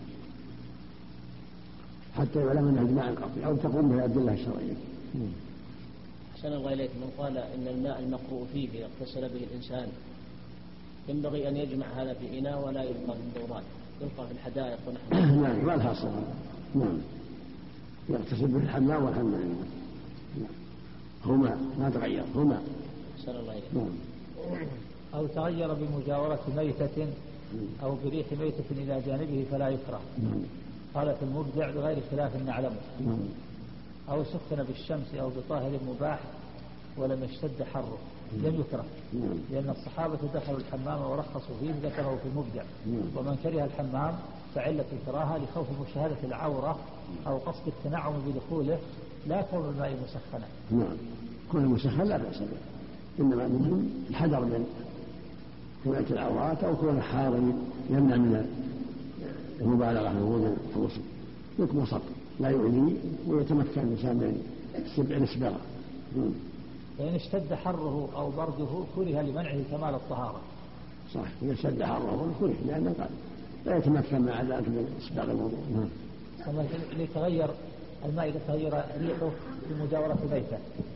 حتى يعلم أنه إجماع قطعي أو تقوم به الأدلة الشرعية. أحسن الله إليك من قال إن الماء المقروء فيه إذا اغتسل به الإنسان ينبغي أن يجمع هذا في إناء ولا يلقى في الدورات، يلقى في الحدائق ونحوها. نعم ما لها صواب. نعم يغتسل به الحمام والحمد لله. هما ما تغير هما. أحسن الله إليك. نعم. أو تغير بمجاورة ميتة أو بريح ميتة إلى جانبه فلا يكره. نعم. قال في المبدع بغير خلاف نعلمه. نعم. أو سخن بالشمس أو بطاهر مباح ولم يشتد حره لم يكره. نعم. لأن الصحابة دخلوا الحمام ورخصوا فيه ذكره في المبدع. نعم. ومن كره الحمام فعلة الكراهة لخوف مشاهدة العورة أو قصد التنعم بدخوله لا كون الماء مسخنا. نعم. كون مسخن لا بأس به، إنما المهم الحذر من كونة العورات أو كون حار يمنع من المبالغة في الوضوء والغسل، يكون وسط لا يؤذي ويتمكن الإنسان من الإسباغ. فإن اشتد حره أو برده كره لمنعه كمال الطهارة. صح. إذا اشتد حره كره لأنه قال لا يتمكن مع ذلك من إسباغ الوضوء. ليتغير الماء إذا تغير ريحه بمجاورة بيته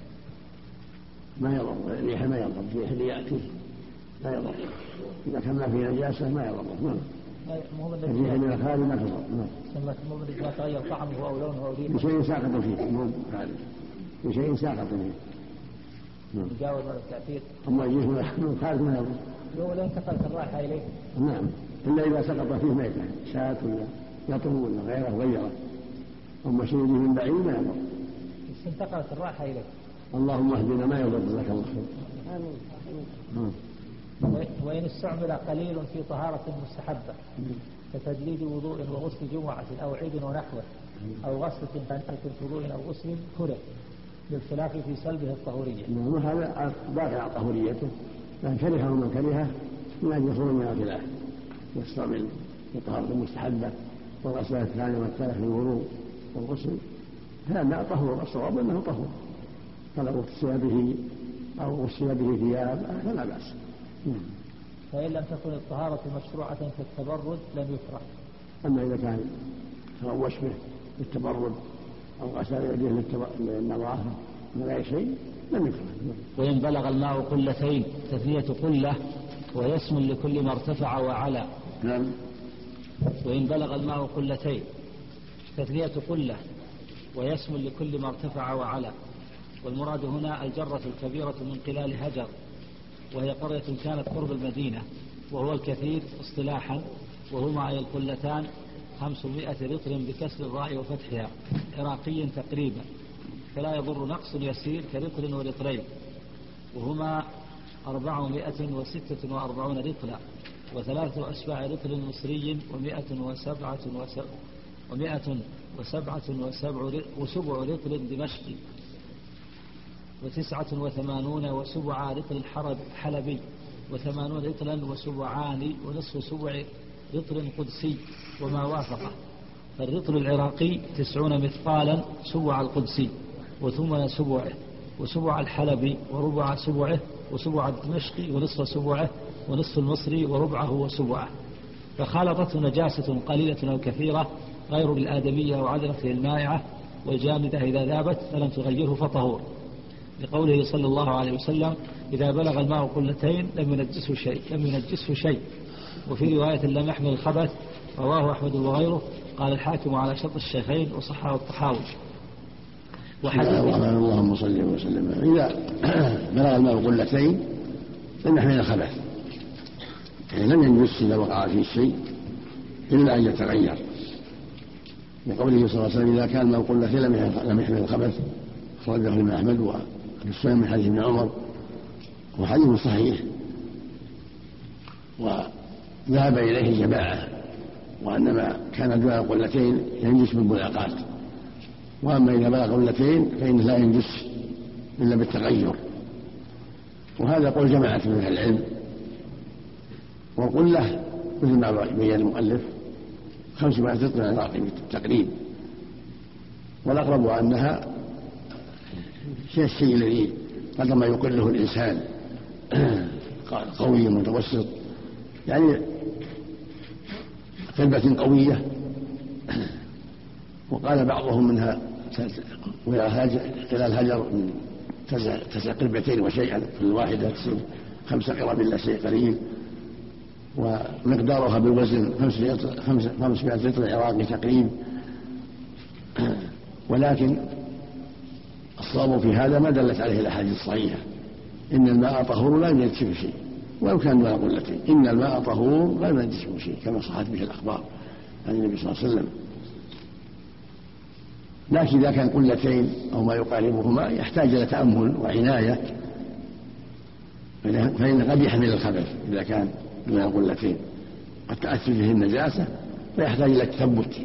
ما يضر، الريح ما يضر، الريح اللي يأتي لا يضر، إذا كان ما فيه نجاسة ما يضر. نعم. الريح اللي خارج ما تضر. نعم. المؤمن إذا تغير طعمه أو لونه أو ريحه بشيء ساقط فيه، مو خارج، بشيء ساقط فيه. نعم. يجاوز هذا التأثير. أما يجيه من خارج ما يضر. لو لا انتقلت الرائحة إليه. نعم. إلا إذا سقط فيه ميتة شاة ولا يطو ولا غيره غيره، أما شيء يجيه من بعيد ما يضر. بس انتقلت الرائحة إليه. اللهم اهدنا ما يضر لك الله خير. آمين. وإن استعمل قليل في طهارة مستحبة كتجديد وضوء وغسل جمعة أو عيد ونحوه أو غسل تنقل وضوء أو غسل كره للخلاف في سلبه الطهورية. نعم. هذا باقي على طهوريته، من كرهه ومن كرهه من أجل يخرج من الخلاف، يستعمل في طهارة المستحبة والغسل الثاني والثالث الوضوء والغسل هذا طهور. الصواب أنه طهور، فلو اغتسل به أو غسل به ثياب فلا بأس. فإن لم تكن الطهارة مشروعة في التبرد لم يكره. أما إذا كان تروش به بالتبرد أو غسل يديه للنظافة من غير شيء لم يكره. وإن بلغ الماء قلتين تثنية قلة ويسم لكل ما ارتفع وعلى. نعم. وإن بلغ الماء قلتين تثنية قلة ويسم لكل ما ارتفع وعلى. والمراد هنا الجرة الكبيرة من قلال هجر، وهي قرية كانت قرب المدينة، وهو الكثير اصطلاحا، وهما أي القلتان خمسمائة لتر بكسر الراء وفتحها عراقي تقريبا، فلا يضر نقص يسير كلتر ولترين، وهما أربعمائة وستة وأربعون لترا وثلاثة أشباع لتر مصري ومائة وسبعة وسبع ومائة وسبعة وسبع وسبع لتر دمشقي، وتسعة وثمانون وسبع رطل حرب حلبي وثمانون رطلا وسبعان ونصف سبع رطل قدسي وما وافقه. فالرطل العراقي تسعون مثقالا سبع القدسي وثمن سبعه وسبع الحلبي وربع سبعه وسبع الدمشقي ونصف سبعه ونصف المصري وربعه وسبعه. فخالطته نجاسة قليلة أو كثيرة غير بالآدمية وعذرته المائعة والجامدة إذا ذابت فلم تغيره فطهور، لقوله صلى الله عليه وسلم إذا بلغ الماء قلتين لم ينجسه شيء لم ينجسه شيء. وفي رواية لم يحمل الخبث، رواه أحمد وغيره. قال الحاكم على شرط الشيخين وصححه الطحاوي. اللهم صل وسلم. إذا بلغ الماء قلتين لم يحمل الخبث، يعني لم ينجس إذا وقع فيه الشيء إلا أن يتغير، لقوله صلى الله عليه وسلم إذا كان الماء قلتين لم يحمل الخبث، أخرجه الإمام أحمد وفي السنن من حديث ابن عمر وحديث صحيح. وذهب إليه جماعة وأنما كان دون قلتين ينجس بالملاقات، وأما إذا بلغ قلتين فإنه لا ينجس إلا بالتغير، وهذا قول جماعة من أهل العلم. والقلة مثل ما بين المؤلف خمسمائة رطل عراقي بالتقريب، والأقرب أنها هي الشيء الذي قدر ما يقله الإنسان قوي متوسط، يعني قلبة قوية. وقال بعضهم منها خلال هجر من تسع قلبتين وشيئا، في الواحدة تصير خمس قرب إلا شيء قليل، ومقدارها بالوزن خمسمائة رطل عراقي تقريب. ولكن الصواب في هذا ما دلت عليه الأحاديث الصحيحة، إن الماء طهور لا ينجسه شيء ولو كان دون قلتين، إن الماء طهور لا ينجسه شيء كما صحت به الأخبار عن النبي صلى الله عليه وسلم. لكن إذا كان قلتين أو ما يقاربهما يحتاج إلى تأمل وعناية، فإن قد يحمل الخبث إذا كان دون قلتين، قد تأثر به النجاسة فيحتاج إلى التثبت.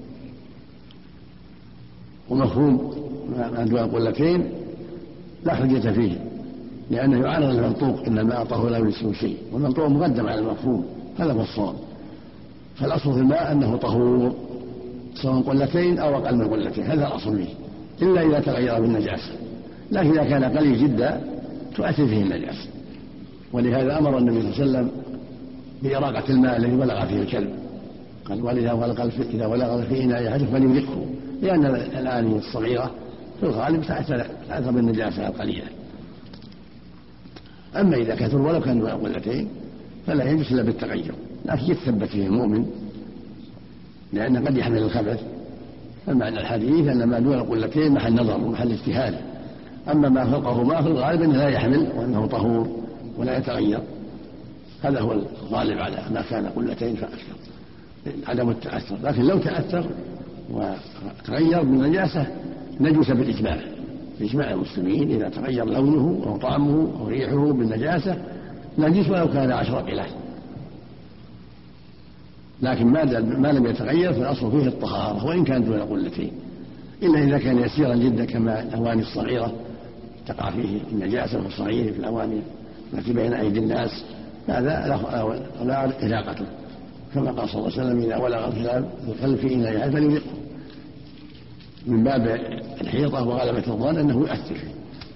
ومفهوم ما دون قلتين لا حجة فيه، لأنه يعارض المنطوق إن الماء طهور لا ينجسه شيء، والمنطوق مقدم على المفهوم، هذا هو الصواب. فالأصل في الماء أنه طهور سواء قلتين أو أقل من قلتين، هذا الأصل فيه، إلا إذا تغير بالنجاسة. لكن إذا كان قليل جدا تؤثر فيه النجاسة، ولهذا أمر النبي صلى الله عليه وسلم بإراقة الماء الذي بلغ فيه الكلب، قال ولذا إذا بلغ في إناء أحدكم فليدركه، لأن الآنية الصغيرة في الغالب تأثر بالنجاسة القليلة. أما إذا كثر ولو كان دون قلتين فلا يجوز إلا بالتغير، لكن يتثبت فيه المؤمن لأنه قد يحمل الخبث. فمعنى الحديث أن ما دون قلتين محل نظر ومحل اجتهاد، أما ما فوقه ما في الغالب أنه لا يحمل وأنه طهور ولا يتغير، هذا هو الغالب على ما كان قلتين فأكثر، عدم التأثر. لكن لو تأثر وتغير بالنجاسة نجس بالإجماع، بإجماع المسلمين إذا تغير لونه أو طعمه أو ريحه بالنجاسة نجس ولو كان عشر قلال. لكن ما لم يتغير فالأصل فيه الطهارة وإن كان دون قلتين، إلا إذا كان يسيرا جدا كما الأواني الصغيرة تقع فيه النجاسة الصغيرة في الأواني التي بين أيدي الناس، هذا لا إراقته، كما قال صلى الله عليه وسلم إذا ولغ الكلب في إناء فليدركه، من باب الحيطة وغلبة الظن أنه يؤثر فيه.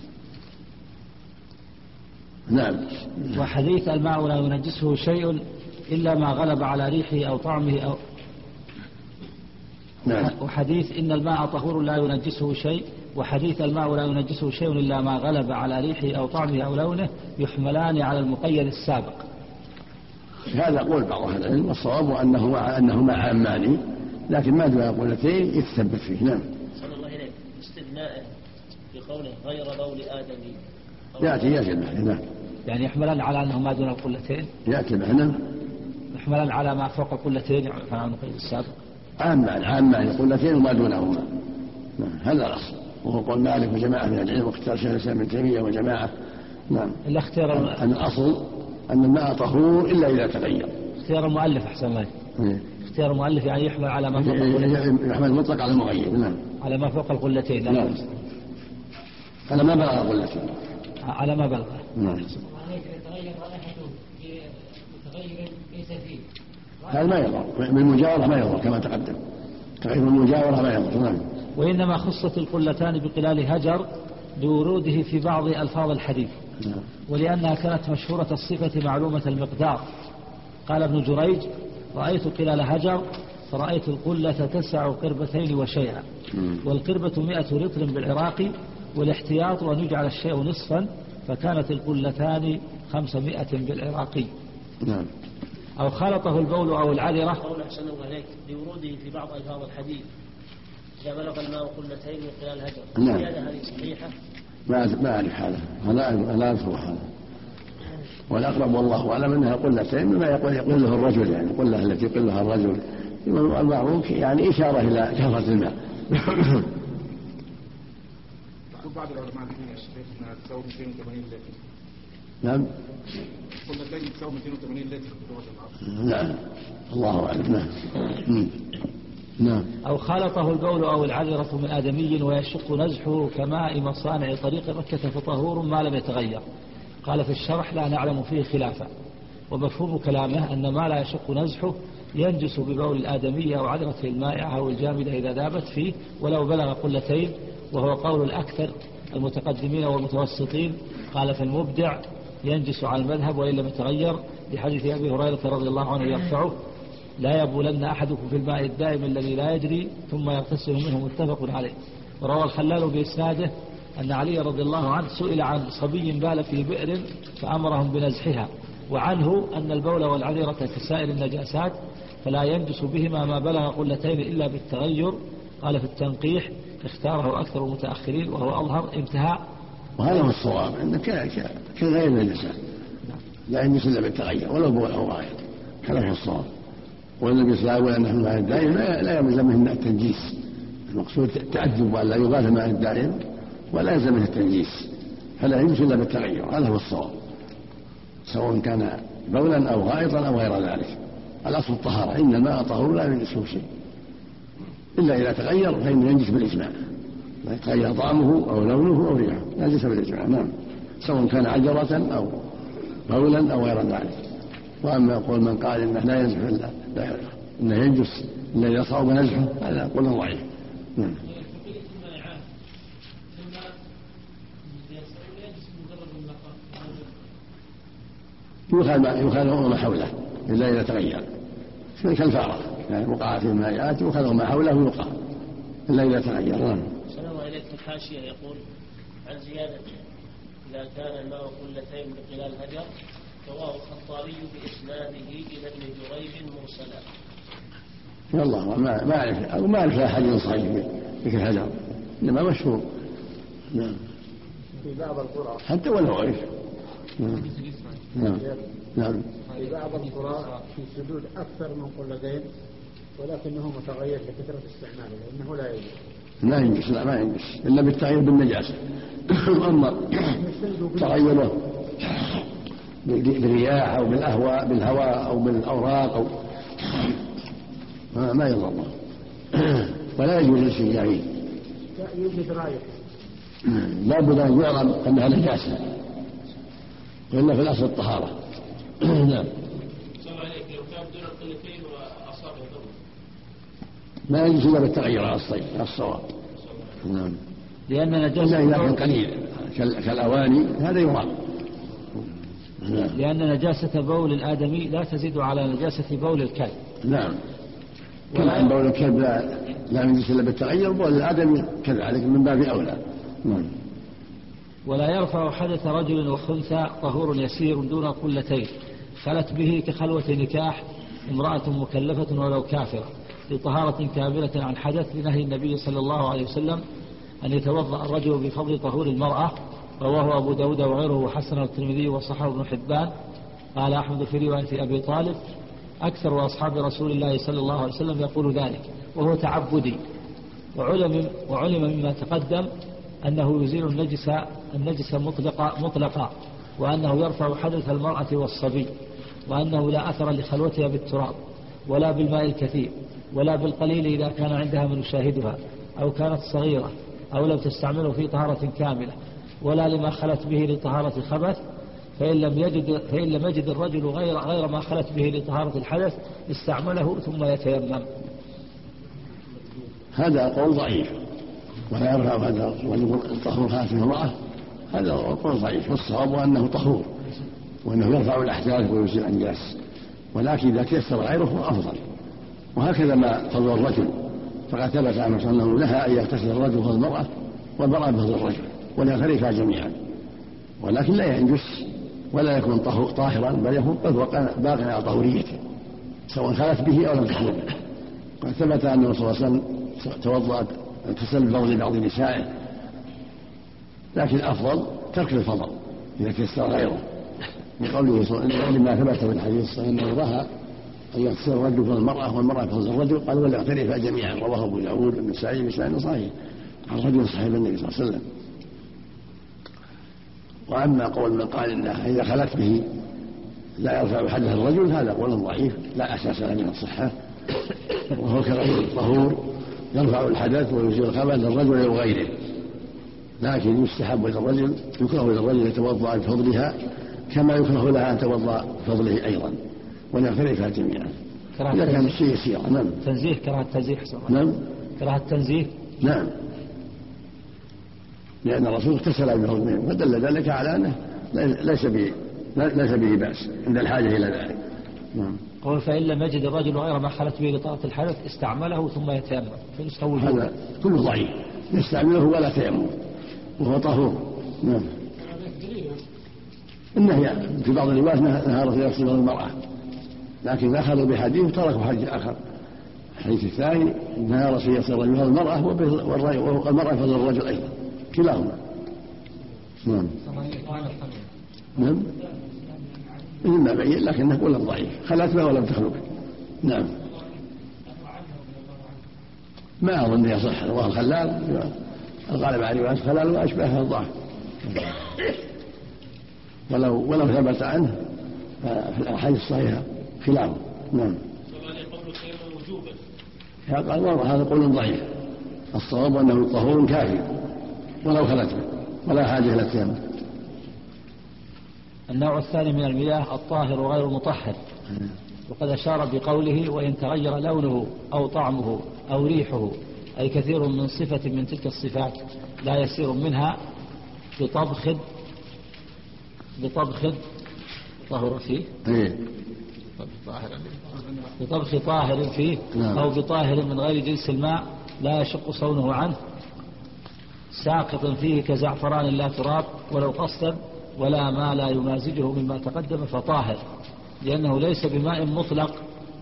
نعم. وحديث الماء لا ينجسه شيء إلا ما غلب على ريحه أو طعمه أو نعم. وحديث إن الماء طهور لا ينجسه شيء، وحديث الماء لا ينجسه شيء إلا ما غلب على ريحه أو طعمه أو لونه يحملان على المقيد السابق. هذا قول بعض أهل العلم، والصواب أنه أنهما عامان، لكن ما دون قلتين يتثبت فيه. نعم. صلى الله عليه استثناء بقوله غير بول آدمي يأتي يأتي به. نعم. يعني يحملان على أنه ما دون القلتين، يأتي به. نعم. يحملان على ما فوق القلتين على المقيد السابق. عامان عامان قلتين وما دونهما. نعم. هذا الأصل، وهو قول مالك وجماعة من العلم واختار شيخ الإسلام ابن تيمية وجماعة. نعم. الاختيار أن الأصل أن الماء طهور إلا إذا تغير. اختيار المؤلف أحسن الله. اختيار المؤلف يعني يحمل على ما فوق القلتين، يحمل مطلق على المغير. نعم. على ما فوق القلتين. نعم. هذا ما بلغ قلته على ما بلغ. نعم. يتغير رائحته بتغير ليس فيه. هذا ما يضر، بالمجاورة ما يضر كما تقدم، تغير المجاورة ما يضر. نعم. وإنما خصت القلتان بقلال هجر لوروده في بعض ألفاظ الحديث، نعم. ولأنها كانت مشهورة الصفة معلومة المقدار. قال ابن جريج: رأيت قلال هجر فرأيت القلة تسع قربتين وشيئا، والقربة مئة لتر بالعراق، والاحتياط أن يجعل الشيء نصفا، فكانت القلتان خمسمائة بالعراقي. نعم. أو خلطه البول أو العذرة. قول أحسن الله عليك لوروده في بعض ألفاظ الحديث إذا بلغ الماء قلتين من خلال هجر. نعم. الزيادة هذه صحيحة؟ ما ما أعرف هذا، هذا لا أذكر هذا. والأقرب والله أعلم أنها قلتين مما يقول يقول له الرجل، يعني قلة التي يقلها الرجل المعروف يعني إشارة إلى كثرة الماء. يقول بعض العلماء يا شيخ انها تساوي مئتين وثمانين لتر. نعم. قلتين تساوي مئتين وثمانين لتر بلغة العرب. نعم. الله أعلم. نعم. نعم. أو خالطه البول أو العذرة من آدمي ويشق نزحه كماء مصانع طريق مكة فطهور ما لم يتغير. قال في الشرح: لا نعلم فيه خلافا. ومفهوم كلامه أن ما لا يشق نزحه ينجس ببول الآدمية أو عذرته المائعة أو الجامدة إذا ذابت فيه ولو بلغ قلتين، وهو قول الأكثر المتقدمين والمتوسطين. قال في المبدع: ينجس على المذهب وإن لم يتغير، لحديث أبي هريرة رضي الله عنه يرفعه: لا يبولن أحدكم في الماء الدائم الذي لا يجري ثم يغتسل منه، متفق عليه. وروى الخلال بإسناده أن علي رضي الله عنه سئل عن صبي بال في بئر فأمرهم بنزحها، وعنه أن البول والعذرة كسائر النجاسات فلا ينجس بهما ما بلغ قلتين إلا بالتغير. قال في التنقيح: اختاره أكثر المتأخرين وهو أظهر. انتهاء. وهذا هو الصواب، أن كغير النجاسات لا ينجس إلا بالتغير ولو بول أو غائط، هذا هو الصواب. والنبي صلى الله عليه وسلم أن الماء الدائم لا يلزم منه التنجيس، المقصود التأدب وأن لا يغال الماء الدائم ولا يلزم منه التنجيس، فلا ينجس إلا بالتغير، هذا هو الصواب، سواء كان بولا أو غائطا أو غير ذلك. الأصل الطهارة، إن الماء طهور لا ينجسه شيء إلا إذا تغير فإنه ينجس بالإجماع، لا يتغير طعمه أو لونه أو ريحه ينجس بالإجماع. نعم. سواء كان عجرة أو بولا أو غير ذلك. وأما يقول من قال إنه لا ينجس إلا إنه ينجس إلا إذا صعب نزحه، هذا قول ضعيف. نعم. يخالف ما حوله إلا إذا تغير، كالفارة يعني وقع في المائعات يخالف ما حوله ويوقع إلا إذا تغير. نعم. سلام عليك. في الحاشية يقول عن زيادة: إذا كان الماء قلتين بقلال هجر، رواه الخطابي بإسناده إلى ابن جريج مرسلا. والله ما ما أعرف أو ما أعرف حديث صحيح بك الهجر، إنما مشهور. نعم. في بعض القرى حتى ولو غير. نعم. نعم. نعم. في بعض القرى في سدود أكثر من قلتين ولكنه متغير لكثرة استعماله لأنه لا يجوز. لا ينجس، لا ما ينجس إلا بالتغيير بالنجاسة. أما تغيره بالرياح أو بالأهواء بالهواء أو بالأوراق أو ما يضر ولا يجوز الاستنجاء. يوجد رايح لا بد أن يعلم أنها نجاسة وإلا في الأصل الطهارة. نعم. سلام عليك. لو كان دون القلتين وأصابه ضر ما يجوز إلا بالتغير على الصيد على الصواب. نعم. لأن نجاسة إذا كان قليل كالأواني هذا يرام. لأن نجاسة بول الآدمي لا تزيد على نجاسة بول الكلب. نعم. كما أن بول الكلب لا لا ينجس إلا بالتغير، بول الآدمي كذلك من باب أولى. نعم. ولا يرفع حدث رجل وخنثى طهور يسير دون قلتين خلت به كخلوة نكاح امرأة مكلفة ولو كافرة لطهارة كاملة عن حدث، لنهي النبي صلى الله عليه وسلم أن يتوضأ الرجل بفضل طهور المرأة. رواه أبو داود وغيره وحسنه الترمذي وصححه ابن حبان. قال أحمد في رواية أبي طالب: أكثر أصحاب رسول الله صلى الله عليه وسلم يقول ذلك، وهو تعبدي. وعلم, وعلم مما تقدم أنه يزيل النجس النجس مطلقا, مطلقا وأنه يرفع حدث المرأة والصبي، وأنه لا أثر لخلوتها بالتراب ولا بالماء الكثير ولا بالقليل إذا كان عندها من يشاهدها أو كانت صغيرة أو لم تستعمله في طهارة كاملة. ولا لما خلت به لطهارة الخبث، فإن لم يجد فإن لم يجد الرجل غير غير ما خلت به لطهارة الحدث استعمله ثم يتيمم. هذا قول ضعيف، ولا يرفع هذا الطهور خاص المرأة، هذا قول ضعيف، والصواب أنه طهور وأنه يرفع الأحداث ويزيل الأنجاس، ولكن إذا تيسر غيره فهو أفضل. وهكذا ما فضل الرجل، فقد ثبت عنه صلى الله عليه وسلم لها أن يغتسل الرجل فضل المرأة والمرأة بفضل الرجل وليغترفا جميعا، ولكن لا ينجس ولا يكون طاهرا، بل يكون باقي على طهوريته سواء خلت به أو لم تخل به. قد ثبت أنه صلى الله عليه وسلم توضأ اغتسل بفضل بعض نسائه، لكن الأفضل ترك الفضل إذا تيسر غيره، لقوله صلى الله عليه وسلم لما ثبت في الحديث الصحيح أنه رأى أن يغتسل الرجل فضل المرأة والمرأة فضل الرجل، قال وليغترفا جميعا، رواه أبو داود والنسائي بسند صحيح عن رجل صحيح النبي صلى الله عليه وسلم. وأما قول من قال إنها إذا خلت به لا يرفع حدث الرجل، هذا قول ضعيف لا أساس له من الصحة، وهو كغير الطهور يرفع الحدث ويزيل الخبث للرجل أو غيره، لكن يستحب للرجل يكره للرجل يتوضأ بفضلها كما يكره لها أن توضأ بفضله أيضا، ونغترفها جميعا إذا كان الشيء يسيرا. نعم. تنزيه كراهة التنزيه حسن. نعم. كراهة التنزيه. نعم، لأن الرسول اغتسل بفضله، فدل ذلك على أنه ليس به ليس به بأس عند الحاجة إلى ذلك. نعم. قول فإن لم يجد الرجل غير ما خلت به لطهارة الحدث استعمله ثم يتيمم، فنسوي هذا كله ضعيف، يستعمله ولا تيمم وهو طهور. نعم. النهي في بعض الروايات نهى الرسول يغسل المرأة، لكن أخذوا بحديث وتركوا حديث آخر. الحديث الثاني نهى الرسول يغسل الرجل المرأة والمرأة فضل الرجل أيضا، كلاهما. نعم. نعم. إنما بين لكنه قول ضعيف، خلت به ولم تخلق. نعم. ما أظن يصح، رواه الخلال الغالب على رواية الخلال وأشباهها الضعف، ولو ولو ثبت عنه في الأحاديث الصحيحة خلافه. نعم. قال هذا قول ضعيف، الصواب أنه طهور كافي ولو خلت به ولا حاجة إلى التيمم. النوع الثاني من المياه الطاهر غير المطهر، وقد أشار بقوله وإن تغير لونه أو طعمه أو ريحه، أي كثير من صفة من تلك الصفات لا يسير منها بطبخ بطبخ طهر فيه بطبخ طاهر فيه أو بطاهر من غير جنس الماء لا يشق صونه عنه، ساقط فيه كزعفران لا تراب ولو قصدا، ولا ما لا يمازجه مما تقدم فطاهر، لأنه ليس بماء مطلق،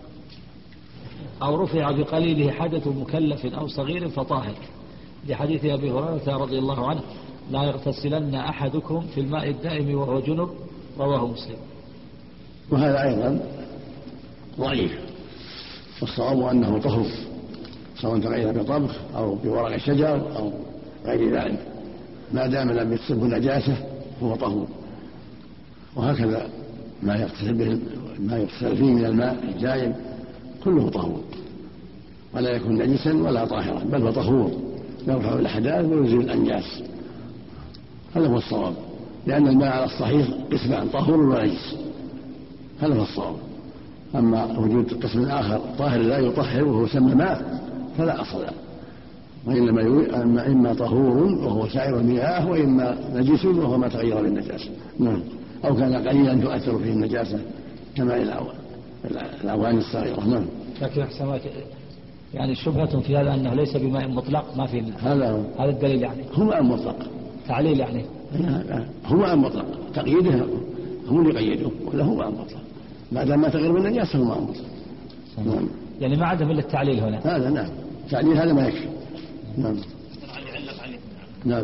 أو رفع بقليله حدث مكلف أو صغير فطاهر، لحديث أبي هريرة رضي الله عنه لا يغتسلن أحدكم في الماء الدائم وهو جنب، رواه مسلم. وهذا أيضا ضعيف، والصواب أنه طهور سواء تغير بطبخ أو بورق الشجر أو غير ذلك، ما دام لم يتصبه نجاسة هو طهور. وهكذا ما يغتسل به ما يغتسل فيه من الماء الجائب كله طهور، ولا يكون نجسا ولا طاهرا، بل هو طهور يرفع الأحداث ويزيل الأنجاس. هذا هو الصواب، لأن الماء على الصحيح قسمان طهور ونجس، هذا هو الصواب. أما وجود قسم آخر طاهر لا يطهر وهو يسمى ماء فلا أصل له، وإنما إما طهور وهو سائر المياه، وإما نجس وهو ما تغير بالنجاسة. نعم. أو كان قليلا تؤثر فيه النجاسة كما الأواني الصغيرة. نعم. لكن أحسن يعني شبهة في هذا أنه ليس بماء مطلق، ما في هذا هذا الدليل يعني هو ماء مطلق تعليل يعني هو ماء مطلق، تقييده هم اللي يقيدوه، ولا هو ماء مطلق ما دام ما تغير بالنجاسة هو ماء مطلق. نعم. يعني ما عدم إلا التعليل هنا. هذا نعم، تعليل هذا ما يكفي. نعم. نعم.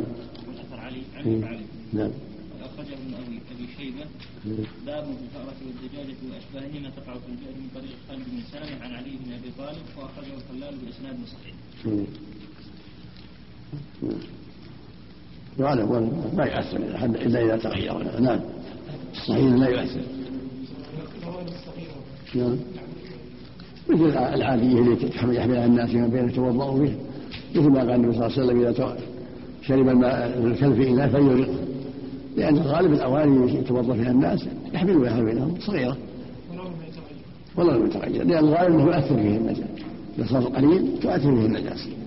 نعم. أخرجه ابن أبي شيبة باب في الفأرة والدجاجة وأشباههما تقع في البئر من طريق خالد بن سالم عن علي بن أبي طالب، وأخرجه الخلال بإسناد صحيح. يعلم ما يؤثر إلا إذا تغير. نعم. الصحيح لا يؤثر. نعم. مثل العادية التي يحملها الناس فيما بين يتوضأوا به، مثل ما قال النبي صلى الله عليه وسلم إذا شرب الماء الكلب في إناء فليرق لأن غالب الأواني يتوضأ فيها الناس يحملون يحمل بينهم صغيرة ولا لم يتغير، لأن الغالب أنه يؤثر فيه النجاسة، إذا صار قليل تؤثر فيه النجاسة.